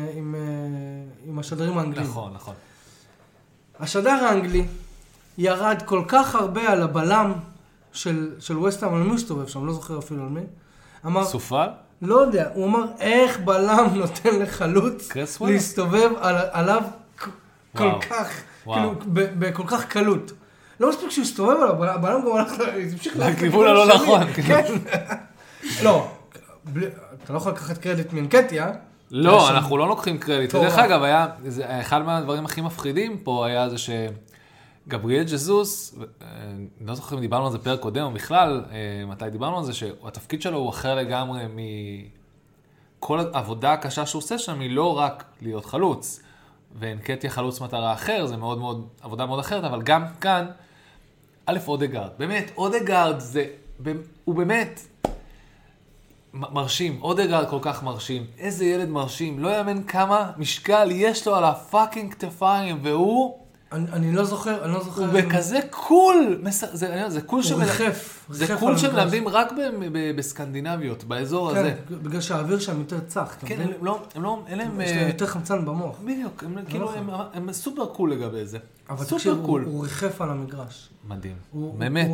עם השדרים האנגליים. נכון. השדר האנגלי ירד כל כך הרבה על הבלם של ווסטהאם, על מי מסתובב שם, לא זוכר אפילו על מי. סופל? לא יודע, הוא אמר איך בלם נותן לחלוץ להסתובב עליו כל כך, כאילו בכל כך קלות. לא מספיק שהוא הסתובב עליו, הבלם גם הלך לכיוון הלא נכון. כן. לא, אתה לא יכול לקחת קרדיט מאנקטיה. לא, אנחנו לא לוקחים קרדיט. דרך אגב, אחד מהדברים הכי מפחידים פה היה זה ש... גבריאל ג'זוס, לא זוכר אם דיברנו על זה פרק קודם או בכלל, מתי דיברנו על זה, שהתפקיד שלו הוא אחר לגמרי מכל העבודה הקשה שהוא עושה שם, היא לא רק להיות חלוץ, ואנקטיה חלוץ מטרה אחר, זה מאוד מאוד, עבודה מאוד אחרת, אבל גם כאן, א' אודגארד, באמת, אודגארד הוא באמת מרשים, אודגארד כל כך מרשים, איזה ילד מרשים, לא יאמן כמה משקל יש לו על הפאקינג כתפיים, והוא... אני לא זוכר. הוא בכזה קול, זה קול שמלמדים רק בסקנדינביות, באזור הזה. כן, בגלל שהאוויר שם יותר צח. כן, אין להם... יש להם יותר חמצן במוח. בדיוק, הם סופר קול לגבי זה. אבל תקשיב, הוא ריחף על המגרש. מדהים, באמת.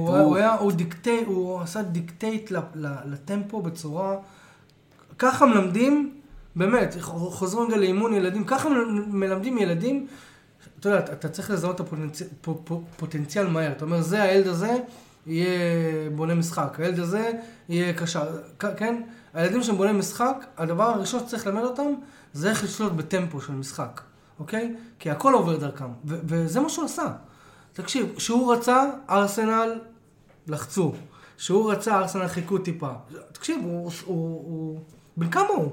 הוא עשה דיקטייט לטמפו בצורה... ככה מלמדים, באמת, חוזרים רגע לאימון ילדים, ככה מלמדים ילדים, אתה יודע, אתה צריך לזהות את הפוטנציאל מהר. אתה אומר, זה הילד הזה, יהיה בונה משחק, הילד הזה יהיה קשר, כן? הילדים שהם בונה משחק, הדבר הראשון שצריך ללמד אותם, זה איך לשלוט בטמפו של משחק, אוקיי? כי הכל עובר דרכם, וזה מה שהוא עשה. תקשיב, שהוא רצה, ארסנל לחצו. שהוא רצה, ארסנל חיכו טיפה. תקשיב, הוא בן כמה הוא?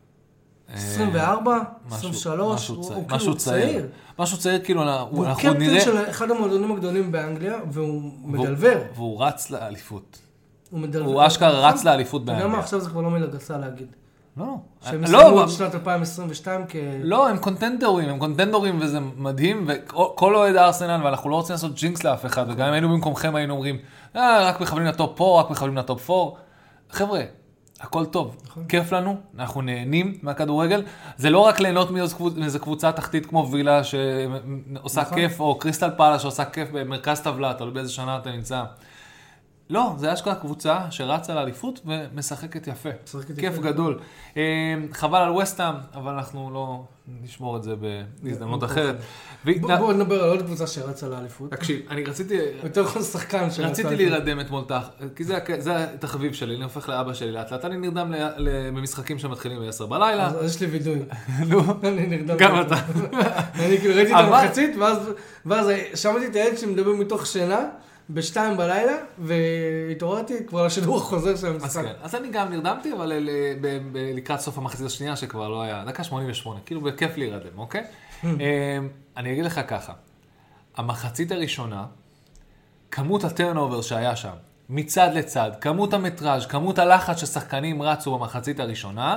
24, 23, הוא כאילו צעיר. משהו צעיר, כאילו, הוא קפטן של אחד המועדונים הגדולים באנגליה, והוא מדלבר. והוא רץ לאליפות. הוא אשכרה רץ לאליפות באנגליה. אתה יודע מה, עכשיו זה כבר לא מילה גסה להגיד. לא. שהם יסיימו את שנת 2022 לא, הם קונטנדורים וזה מדהים, וכל אוהד ארסנל, ואנחנו לא רוצים לעשות ג'ינקס לאף אחד, וגם אם היינו במקומכם היינו אומרים, רק מכוונים לטופ 4, רק מכוונים לטופ 4. חבר'ה, הכל טוב, כיף לנו, אנחנו נהנים מהכדורגל, זה לא רק ליהנות מאיזו קבוצה תחתית כמו וילה שעושה כיף, או קריסטל פאלאס שעושה כיף במרכז טבלה, תלוי באיזה שנה אתה נמצא. לא, זה אשכרה קבוצה שרצה לאליפות ומשחקת יפה. כיף גדול. חבל על ווסטהאם, אבל אנחנו לא נשמור את זה בהזדמנות אחרת. בואו נדבר על עוד קבוצה שרצה לאליפות. תקשיב, אני רציתי... יותר כל שחקן שרצה. רציתי להירדם אתמול, כי זה התחביב שלי, אני הופך לאבא שלי לאט לאט. אני נרדם במשחקים שמתחילים ב-10 בלילה. אז יש לי וידוי. נו, גם אתה. אני כאילו ראיתי את המחצית, ואז שמעתי את הילד שמדבר מתוך שינה, ב-2 בלילה, והתעוררתי כבר לשידור החוזר של המשחק. אז אני גם נרדמתי, אבל לקראת סוף המחצית השנייה שכבר לא היה, דקה 88, כאילו בכיף להירדם, אוקיי? אני אגיד לך ככה, המחצית הראשונה, כמות הטרנאובר שהיה שם, מצד לצד, כמות המטראז', כמות הלחץ ששחקנים רצו במחצית הראשונה,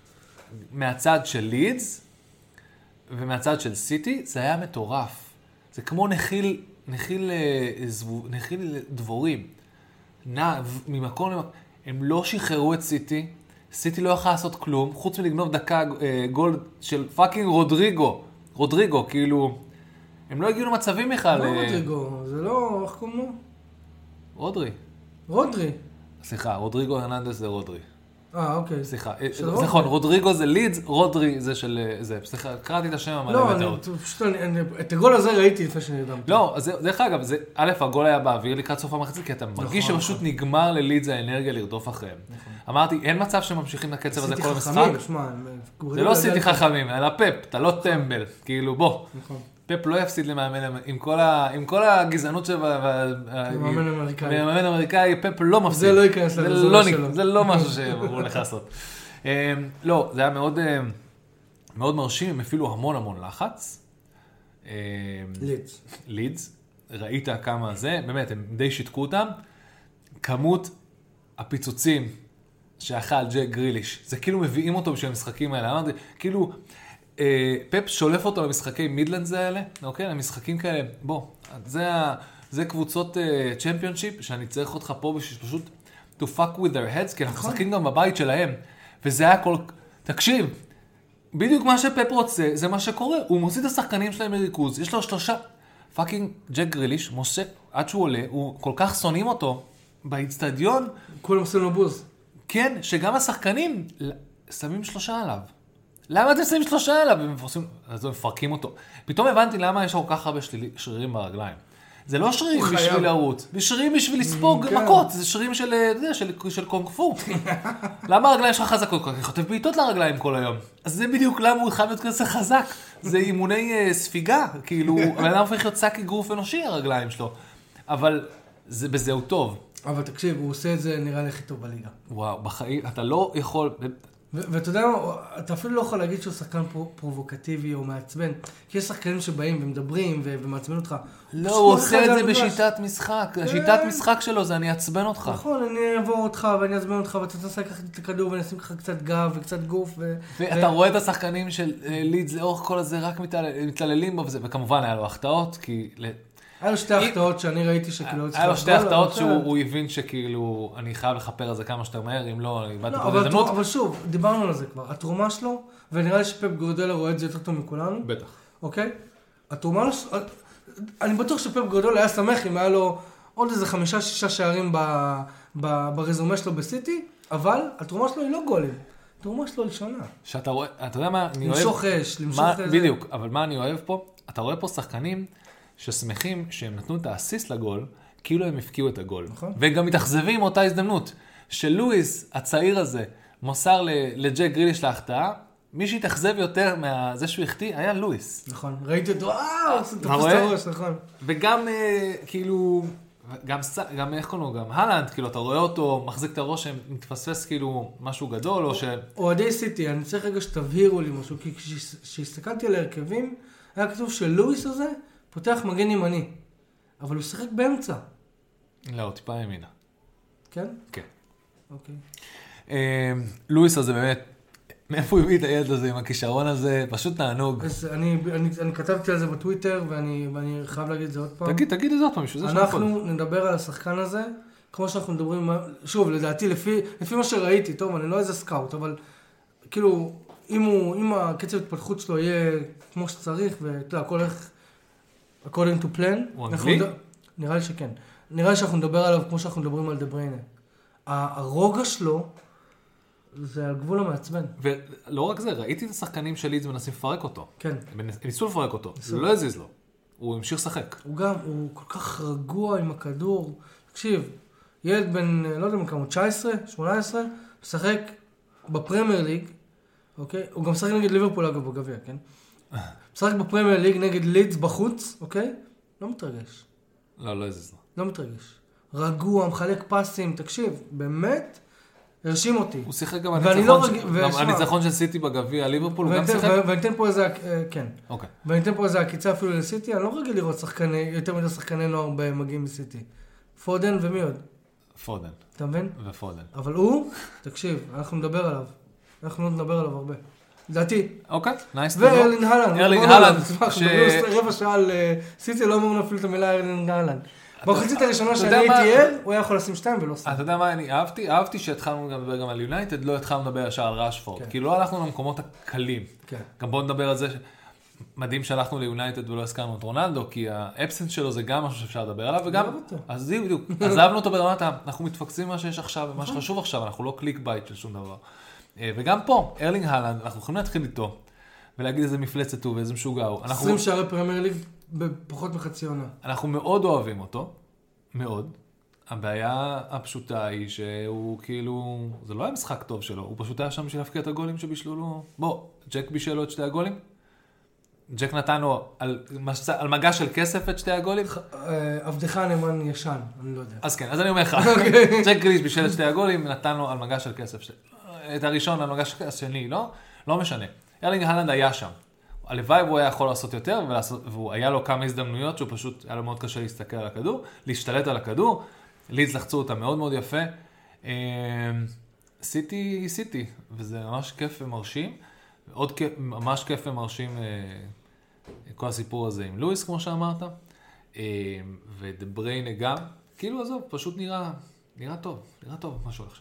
מהצד של לידס, ומהצד של סיטי, זה היה מטורף. זה כמו נחיל דבורים. ממקום למקום. הם לא שחררו את סיטי. סיטי לא יכולה לעשות כלום, חוץ מלגנוב דקה גול של פאקינג רודריגו, כאילו, הם לא הגיעו למצבים בכלל. לא רודריגו, זה לא, איך קוראים לו? רודרי. סליחה, רודריגו הרננדס זה רודרי. אוקיי. סליחה, נכון, רודריגו זה לידס, רודרי זה של זה. סליחה, קראתי את השם המלא בטעות. לא, פשוט, את הגול הזה ראיתי לפני שנרדמתי. לא, דרך אגב, א', הגול היה באוויר לקראת סוף המחצית, כי אתה מרגיש שפשוט נגמר ללידס האנרגיה לרדוף אחריהם. אמרתי, אין מצב שממשיכים לקצב הזה כל המשחק. זה לא סיטי חכמים, אלא פפ, אתה לא טמבל, כאילו בוא. פפ לא יפסיד למאמן, עם כל הגזענות למאמן אמריקאי, פפ לא מפסיד. זה לא ייכנס לרזומה שלו. זה לא משהו שאמרו לך לעשות. לא, זה היה מאוד מרשים, הם אפילו המון לחץ. לידס. ראית כמה זה, באמת, הם די שיתקו אותם. כמות הפיצוצים שאכל ג'ק גריליש, זה כאילו מביאים אותו בשביל המשחקים האלה. אמרתי, כאילו... פפ שולף אותו למשחקי מידלנדס האלה, אוקיי? למשחקים כאלה, בוא, זה קבוצות צ'מפיונשיפ, שאני צריך אותך פה בשביל פשוט to fuck with their heads, כי אנחנו משחקים גם בבית שלהם, וזה היה תקשיב, בדיוק מה שפפ רוצה, זה מה שקורה, הוא מוציא את השחקנים שלהם מריכוז, יש לו 3, פאקינג ג'ק גריליש, משה, עד שהוא עולה, הוא כל כך שונאים אותו, באצטדיון, כולם עושים לו בוז. כן, שגם השחקנים שמים 3 עליו. למה אתם שמים 3 עליו? אז הם מפרקים אותו. פתאום הבנתי למה יש כל כך הרבה שרירים ברגליים. זה לא שרירים בשביל לרוץ, זה שרירים בשביל לספוג מכות, זה שרירים של קונג פו. למה הרגליים שלך חזקות? אני חוטף בעיטות לרגליים כל היום. אז זה בדיוק למה הוא חייב להיות כזה חזק. זה אימוני ספיגה, כאילו, אבל למה הופך להיות שק אגרוף אנושי הרגליים שלו. אבל בזה הוא טוב. אבל תקשיב, הוא עושה את זה נראה לי הכי טוב בליגה. וואו, בחיים, אתה לא יכול... ואתה יודע, אתה אפילו לא יכול להגיד שהוא שחקן פרובוקטיבי או מעצבן, כי יש שחקנים שבאים ומדברים ומעצבן אותך. לא, הוא עושה את זה בשיטת משחק. השיטת משחק שלו זה אני אעצבן אותך. נכון, אני אעבור אותך ואני אעצבן אותך ואתה תעשה ככה את הכדור ואני אשים ככה קצת גב וקצת גוף. ואתה רואה את השחקנים של לידס לאורך כל הזה רק מתעללים בו, וכמובן היה לו החטאות, כי... היה לו 2 החטאות שאני ראיתי שכאילו... היה לו 2 החטאות שהוא הבין שכאילו אני חייב לחפר על זה כמה שיותר מהר, אם לא, אני איבדתי פה הזדמנות. אבל שוב, דיברנו על זה כבר. התרומה שלו, ונראה לי שפפ גורדולה רואה את זה יותר טוב מכולנו. בטח. אוקיי? התרומה שלו... אני בטוח שפפ גורדולה היה שמח אם היה לו עוד איזה 5-6 שערים ברזומה שלו בסיטי, אבל התרומה שלו היא לא גולים. התרומה שלו היא שונה. שאתה רואה, אתה יודע מה, אני אוהב... למשוך אש, למשוך איזה... בדיוק, אבל מה אני אוהב פה? אתה רואה פה שחקנים ששמחים שהם נתנו את האסיסט לגול, כאילו הם הפקיעו את הגול. וגם מתאכזבים מאותה הזדמנות, שלואיס, הצעיר הזה, מוסר לג'ק גריליש להחטאה, מי שהתאכזב יותר מזה שהוא החטיא, היה לואיס. נכון, ראיתי אותו, תפס את הראש, נכון. וגם, כאילו, גם איך קוראים לו, גם הלנד, כאילו, אתה רואה אותו, מחזיק את הראש, שמתפספס כאילו משהו גדול, או ש... אוהדי סיטי, אני צריך רגע שתבהירו לי משהו, כי כשהסתכלתי על ההרכבים, היה כתוב שלואיס הזה פותח מגן ימני, אבל הוא שיחק באמצע. לא, טיפה ימינה. כן? כן. אוקיי. לואיס הזה באמת, מאיפה הוא הביא את הילד הזה עם הכישרון הזה? פשוט תענוג. אז אני כתבתי על זה בטוויטר, ואני חייב להגיד את זה עוד פעם. תגיד את זה עוד פעם, אנחנו נדבר על השחקן הזה, כמו שאנחנו מדברים, שוב, לדעתי, לפי מה שראיתי, טוב, אני לא איזה סקאוט, אבל כאילו, אם הקצב התפתחות שלו יהיה כמו שצריך, ואתה יודע, הכל הולך according to plan, הוא אנגלי? נראה לי שכן. נראה לי שאנחנו נדבר עליו כמו שאנחנו מדברים על דה בריינה. הרוגע שלו, זה על גבול המעצבן. ולא רק זה, ראיתי את השחקנים של לידס מנסים לפרק אותו. כן. ניסו לפרק אותו, לא הזיז לו. הוא המשיך לשחק. הוא כל כך רגוע עם הכדור. תקשיב, ילד בן, לא יודע כמה, 19, 18, משחק בפרמייר ליג, אוקיי? הוא גם משחק נגד ליברפול אגב בגביע, כן? משחק בפרמייר ליג נגד לידס בחוץ, אוקיי? לא מתרגש. לא הזיז לו. לא מתרגש. רגוע, מחלק פסים, תקשיב, באמת... הרשים אותי. הוא שיחק גם הניצחון של סיטי בגביע, ליברפול הוא גם שיחק? ואניתן פה איזה, כן. אוקיי. ואניתן פה איזה עקיצה אפילו לסיטי, אני לא רגיל לראות יותר מדי שחקני נוער מגיעים מסיטי. פודן ומי עוד? פודן. אתה מבין? ופודן. אבל הוא, תקשיב, אנחנו נדבר עליו. אנחנו נדבר עליו הרבה. לדעתי. אוקיי, נייס. וארלינג הלנד. ארלינג הלנד. אנחנו מדברים רבע שעה על סיטי, לא אמרנו אפילו את המילה ארלינג הלנד. במחצית הראשונה שאני הייתי ער, הוא היה יכול לשים 2 ולא שם. אתה יודע מה אני אהבתי? אהבתי שהתחלנו לדבר גם על יונייטד, לא התחלנו לדבר ישר על רשפורד. כי לא הלכנו למקומות הקלים. גם בואו נדבר על זה, מדהים שהלכנו ליונייטד ולא הזכרנו את רונלדו, כי האבסנס שלו זה גם משהו שאפשר לדבר עליו, וגם, אז זה בדיוק, עזבנו אותו ברמת, אנחנו מתפקסים מה שיש עכשיו, ומה שחשוב עכשיו, אנחנו לא קליק בייט של שום דבר. וגם פה, ארלינג הלנד, אנחנו יכולים להתחיל איתו, ולהגיד איזה מפלצת הוא ואיזה משוגע הוא. 20 שערי פרמייר ליג בפחות מחצי עונה. אנחנו מאוד אוהבים אותו, מאוד. הבעיה הפשוטה היא שהוא כאילו, זה לא היה משחק טוב שלו, הוא פשוט היה שם בשביל להפקיע את הגולים שבישלו לו. בוא, ג'ק בישל לו את 2 הגולים? ג'ק נתן לו על מגע של כסף את 2 הגולים? עבדך נאמן ישן, אני לא יודע. אז כן, אז אני אומר לך, ג'ק גריליש בישל את 2 הגולים, נתן לו על מגע של כסף. את הראשון על מגע של כסף, השני, לא משנה. ארלינג הלנד היה שם. הלוואי הוא היה יכול לעשות יותר, והוא היה לו כמה הזדמנויות שהוא פשוט, היה לו מאוד קשה להסתכל על הכדור, להשתלט על הכדור, לידס לחצו אותה מאוד מאוד יפה. סיטי, וזה ממש כיף ומרשים, עוד ממש כיף ומרשים כל הסיפור הזה עם לואיס, כמו שאמרת, ודה בריינה גם, כאילו עזוב, פשוט נראה טוב משהו עכשיו.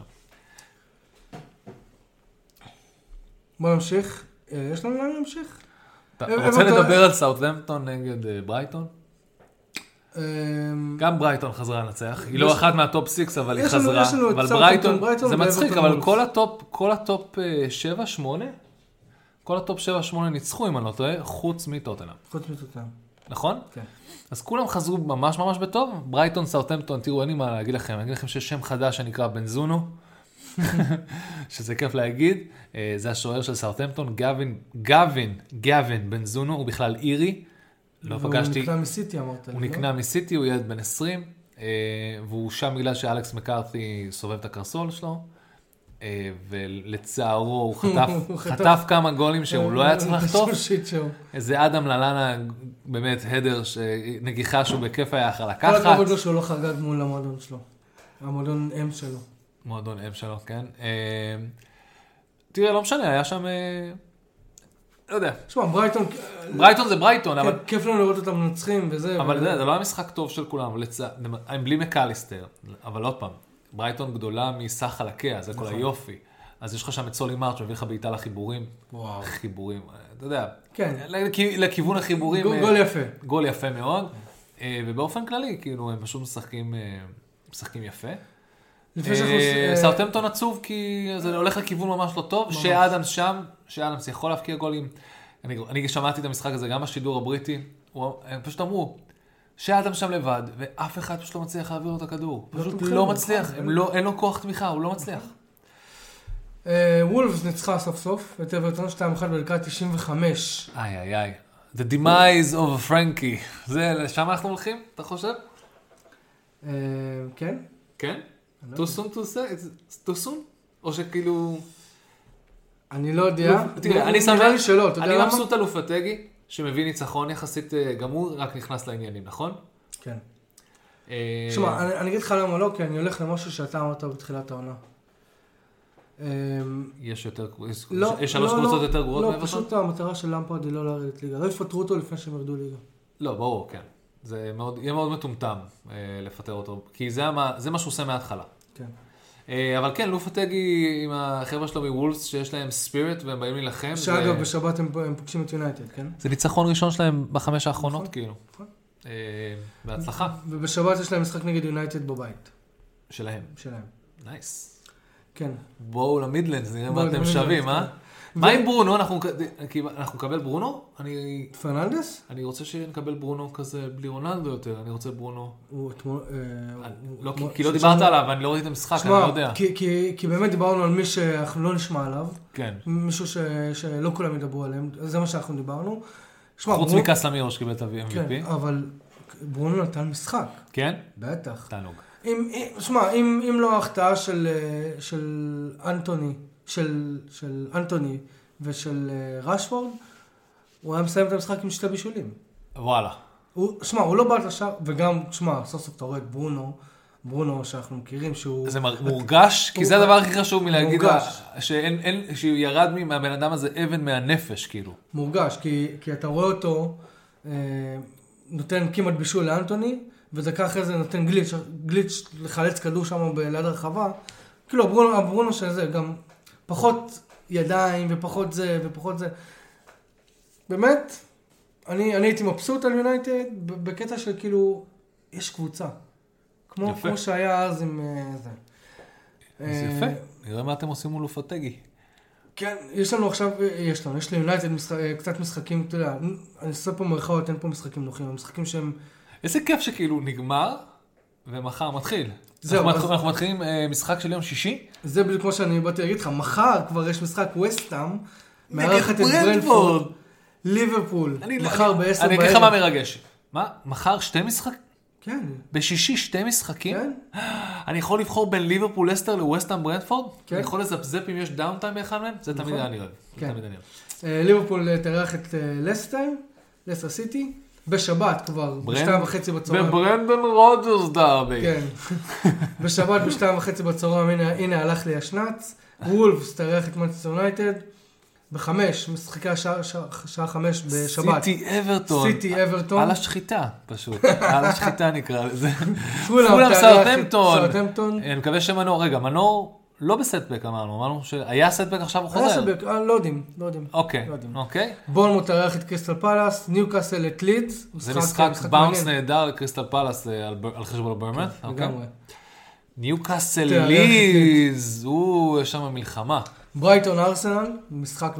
בוא נמשיך, יש לנו לאן להמשיך? אתה רוצה לדבר על סאות'המפטון נגד ברייטון? גם ברייטון חזרה לנצח. היא לא אחת מהטופ 6, אבל היא חזרה. אבל ברייטון, זה מצחיק, אבל כל הטופ 7-8, כל הטופ 7-8 ניצחו, אם אני לא טועה, חוץ מטוטנהאם. נכון? כן. אז כולם חזרו ממש ממש בטוב. ברייטון, סאות'המפטון, תראו, אין לי מה להגיד לכם. אני אגיד לכם שיש שם חדש שנקרא בנזונו. שזה כיף להגיד, זה השוער של סאות'המפטון, גאווין בנזונו, הוא בכלל אירי, לא פגשתי. הוא נקנה מסיטי, אמרת לי. הוא נקנה מסיטי, הוא ילד בן 20, והוא שם בגלל שאלכס מקארתי סובב את הקרסול שלו, ולצערו הוא חטף כמה גולים שהוא לא היה צריך לחטוף. איזה אדם ללנה, באמת הדר, נגיחה שהוא בכיף היה אחר לקחת. כל הכבוד לו שהוא לא חגג מול המועדון שלו, המועדון אם שלו. מועדון אם שלו, כן. תראה, לא משנה, היה שם, לא יודע. תשמע, ברייטון זה ברייטון, אבל... כיף לנו לראות אותם מנצחים וזה. אבל זה לא היה משחק טוב של כולם, הם בלי מקליסטר, אבל עוד פעם, ברייטון גדולה מסך חלקיה, זה כל היופי. אז יש לך שם את סולי מרץ' מביא לך בעיטה לחיבורים. וואו. חיבורים, אתה יודע. כן. לכיוון החיבורים. גול יפה. גול יפה מאוד. ובאופן כללי, כאילו, הם פשוט משחקים יפה. סאות'המפטון עצוב כי זה הולך לכיוון ממש לא טוב, שאדמס שם, שאדמס יכול להפקיע גולים. אני שמעתי את המשחק הזה גם בשידור הבריטי, הם פשוט אמרו, שאדם שם לבד, ואף אחד פשוט לא מצליח להעביר לו את הכדור. פשוט לא מצליח, אין לו כוח תמיכה, הוא לא מצליח. וולפס ניצחה סוף סוף, את אברטון 2-1 בדקה 95. איי. The demise of Frankie. זה, לשם אנחנו הולכים, אתה חושב? כן. כן? too soon? או שכאילו... אני לא יודע. תראה, אני מבסוט על לופטגי, שמביא ניצחון יחסית, גם הוא רק נכנס לעניינים, נכון? כן. שמע, אני אגיד לך למה לא, כי אני הולך למשהו שאתה אמרת בתחילת העונה. יש שלוש קבוצות יותר גרועות מאברטון? לא, פשוט המטרה של למפרד היא לא לרדת ליגה. לא יפטרו אותו לפני שהם ירדו ליגה. לא, ברור, כן. זה יהיה מאוד מטומטם לפטר אותו, כי זה מה שהוא עושה מההתחלה. כן. אבל כן, לופטגי עם החבר'ה שלו מוולפס, שיש להם ספיריט והם באים להילחם. שאגב, בשבת הם פוגשים את יונייטד, כן? זה ניצחון ראשון שלהם ב5 האחרונות, כאילו. בהצלחה. ובשבת יש להם משחק נגד יונייטד בבית. שלהם. נייס. כן. בואו למידלנדס, נראה מה אתם שווים, אה? מה עם ברונו? אנחנו נקבל ברונו? פרננדס? אני רוצה שנקבל ברונו כזה בלי רונלדו יותר, אני רוצה ברונו. כי לא דיברת עליו, ואני לא ראיתי את המשחק, אני לא יודע. כי באמת דיברנו על מי שאנחנו לא נשמע עליו. כן. מישהו שלא כולם ידברו עליהם, זה מה שאנחנו דיברנו. חוץ מקסלמירו שקיבל את ה-MVP. כן, אבל ברונו נתן משחק. כן? בטח. תענוג. שמע, אם לא ההחטאה של אנטוני ושל רשפורד, הוא היה מסיים את המשחק עם 2 בישולים. וואלה. שמע, הוא לא בא לשער, וגם, שמע, סוף סוף אתה רואה את ברונו שאנחנו מכירים שהוא... זה מורגש, כי זה הדבר הכי חשוב מלהגיד שירד מהבן אדם הזה אבן מהנפש, כאילו. מורגש, כי אתה רואה אותו נותן כמעט בישול לאנטוני, ודקה אחרי זה נותן גליץ' לחלץ כדור שם ליד הרחבה. כאילו, הברונו שזה גם פחות ידיים ופחות זה. באמת, אני הייתי מבסוט על יונייטד בקטע של כאילו, יש קבוצה. כמו שהיה אז עם זה. זה יפה. נראה מה אתם עושים מול לופטגי. כן, יש לי יונייטד קצת משחקים, אתה יודע, אני עושה פה מרחאות, אין פה משחקים נוחים, המשחקים שהם... איזה כיף שכאילו נגמר, ומחר מתחיל. אנחנו מתחילים משחק של יום שישי. זה בדיוק כמו שאני באתי להגיד לך, מחר כבר יש משחק וסטהאם, מארחת את ברנפורד, ליברפול, מחר ב-10 אני אגיד לך מה מרגש. מה? מחר 2 משחקים? כן. בשישי 2 משחקים? כן. אני יכול לבחור בין ליברפול לסטר לווסטהאם ברנפורד? כן. אני יכול לזפזפ אם יש דאונטיים באחד מהם? זה תמיד אני אוהב. כן. ליברפול תארח את לסטר סיטי. בשבת כבר, ב-2:30 בצהריים. בברנדון רוג'רס דרבי. כן. בשבת ב-2:30 בצהריים, הנה הלך לי השנץ. וולפס תארח את מנצ'סטר יונייטד. ב-5, משחקי שעה 5 בשבת. סיטי אברטון. על השחיטה, פשוט. על השחיטה נקרא לזה. פולהאם סאות'המפטון. אני מקווה שמנור, רגע, מנור לא בסטבק אמרנו שהיה סטבק עכשיו הוא חוזר. היה סטבק, לא יודעים. אוקיי. בורנמוט תארח את קריסטל פלאס, ניוקאסל את לידס. זה משחק באונס נהדר לקריסטל פלאס על חשבון הברמנט. לגמרי. ניוקאסל לידס, יש שם מלחמה. ברייטון ארסנל, משחק.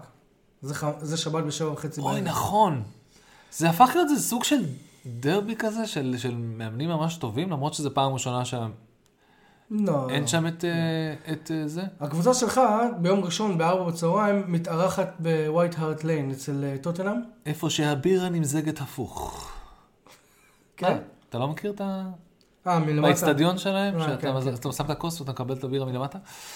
זה שבת ב-7:30. אוי, נכון. זה הפך להיות איזה סוג של דרבי כזה, של מאמנים ממש טובים, למרות שזה פעם ראשונה שם. לא. אין שם את זה? הקבוצה שלך, ביום ראשון ב-4 בצהריים, מתארחת בווייט הארט ליין, אצל טוטנהאם. איפה שהבירה נמזגת הפוך. כן. אתה לא מכיר את מלמטה. באצטדיון שלהם? שאתה שם את הכוס ואתה מקבל את הבירה מלמטה?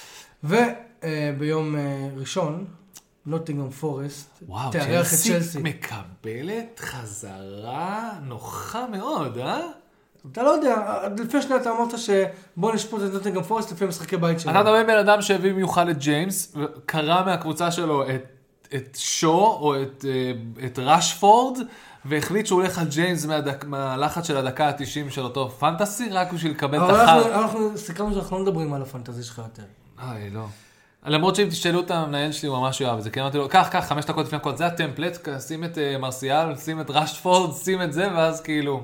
וביום ראשון, נוטינגהאם פורסט, תארח את צ'לסי. מקבלת חזרה נוחה מאוד, אה? אתה לא יודע, לפני שניה אתה אמרת שבוא נשפוט את נוטינגהאם פורסט לפי משחקי בית שלו. אתה מדבר בן אדם שהביא מיוחד את ג'יימס, וקרא מהקבוצה שלו את שו או את רשפורד, והחליט שהוא הולך על ג'יימס מהלחץ של הדקה ה-90 של אותו פנטסי, רק בשביל לקבל את החר. אבל אנחנו סיכמנו שאנחנו לא מדברים על הפנטזי שלך יותר. לא. למרות שאם תשאלו את המנהל שלי, הוא ממש יאהב את זה. כי אמרתי לו, קח, 5 דקות לפני הכל, זה הטמפלט, שים את מרסיאל, שים את רשפורד, שים את זה, ואז כאילו...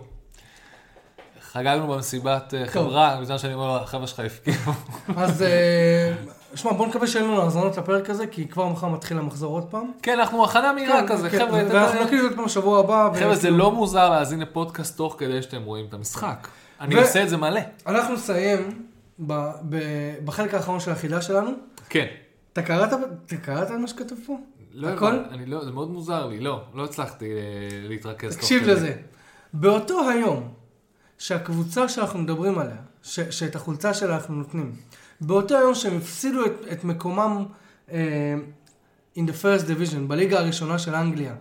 חגגנו במסיבת חברה, בזמן שאני אומר לו, החבר'ה שלך הפקיעו. אז שמע, בוא נקווה שאין לנו האזנות לפרק הזה, כי כבר מחר מתחיל המחזור עוד פעם. כן, אנחנו הכנה מהירה כזה, חבר'ה. ואנחנו נקליט עוד פעם בשבוע הבא. חבר'ה, זה לא מוזר להאזין לפודקאסט תוך כדי שאתם רואים את המשחק. אני עושה את זה מלא. אנחנו נסיים בחלק האחרון של החידה שלנו. כן. אתה קראת על מה שכתוב פה? לא, זה מאוד מוזר לי. לא הצלחתי להתרכז. תקשיב לזה. באותו היום שהקבוצה שאנחנו מדברים עליה, שאת החולצה שלה אנחנו נותנים, באותו היום שהם הפסידו את מקומם in the first division, בליגה הראשונה של אנגליה,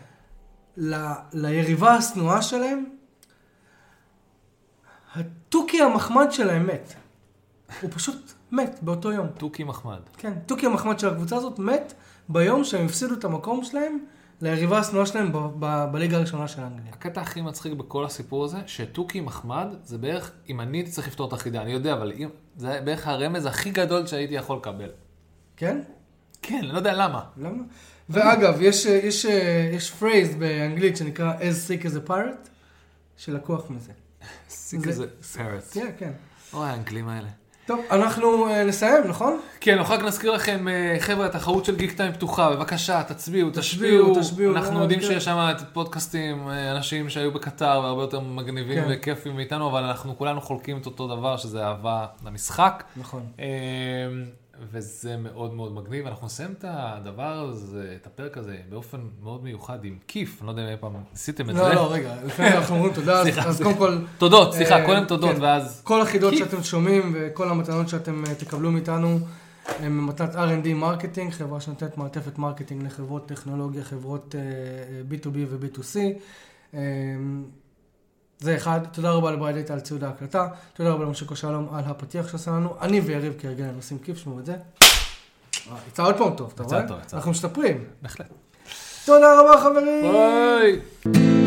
ליריבה הסנועה שלהם, הטוקי המחמד שלהם מת. הוא פשוט מת באותו יום. טוקי מחמד. כן, טוקי המחמד של הקבוצה הזאת מת ביום שהם הפסידו את המקום שלהם ליריבה הסנועה שלהם בליגה הראשונה של אנגליה. הקטע הכי מצחיק בכל הסיפור הזה, שטוקי מחמד זה בערך, אם אני הייתי צריך לפתור את החידה, אני יודע, אבל זה בערך הרמז הכי גדול שהייתי יכול לקבל. כן? כן, אני לא יודע למה. למה? ואגב, יש פרייז באנגלית שנקרא as sick as a pirate, שלקוח מזה. sick as a parrot. כן, כן. אוי, האנגלים האלה. טוב, אנחנו נסיים, נכון? כן, אנחנו רק נזכיר לכם, חבר'ה, התחרות של גיק טיים פתוחה, בבקשה, תצביעו. אנחנו יודעים שיש שם פודקאסטים, אנשים שהיו בקטר והרבה יותר מגניבים וכיפים מאיתנו, אבל אנחנו כולנו חולקים את אותו דבר, שזה אהבה למשחק. נכון. וזה מאוד מאוד מגניב. אנחנו נסיים את הדבר הזה, את הפרק הזה, באופן מאוד מיוחד עם כיף. אני לא יודע אם אי פעם עשיתם את זה. לא, רגע. לפני אנחנו אומרים תודה, אז קודם כל... תודות, סליחה, קודם תודות, ואז... כל החידות שאתם שומעים וכל המתנות שאתם תקבלו מאיתנו, הם מתנת R&D מרקטינג, חברה שנותנת מעטפת מרקטינג לחברות טכנולוגיה, חברות B2B ו-B2C. זה אחד. תודה רבה לבריידט על ציוד ההקלטה. תודה רבה למשה שלום על הפתיח שעשה לנו. אני ויריב כרגע עושים כיף, שמעו את זה. יצא עוד פעם טוב, אתה רואה? אנחנו משתפרים. בהחלט. תודה רבה חברים. ביי.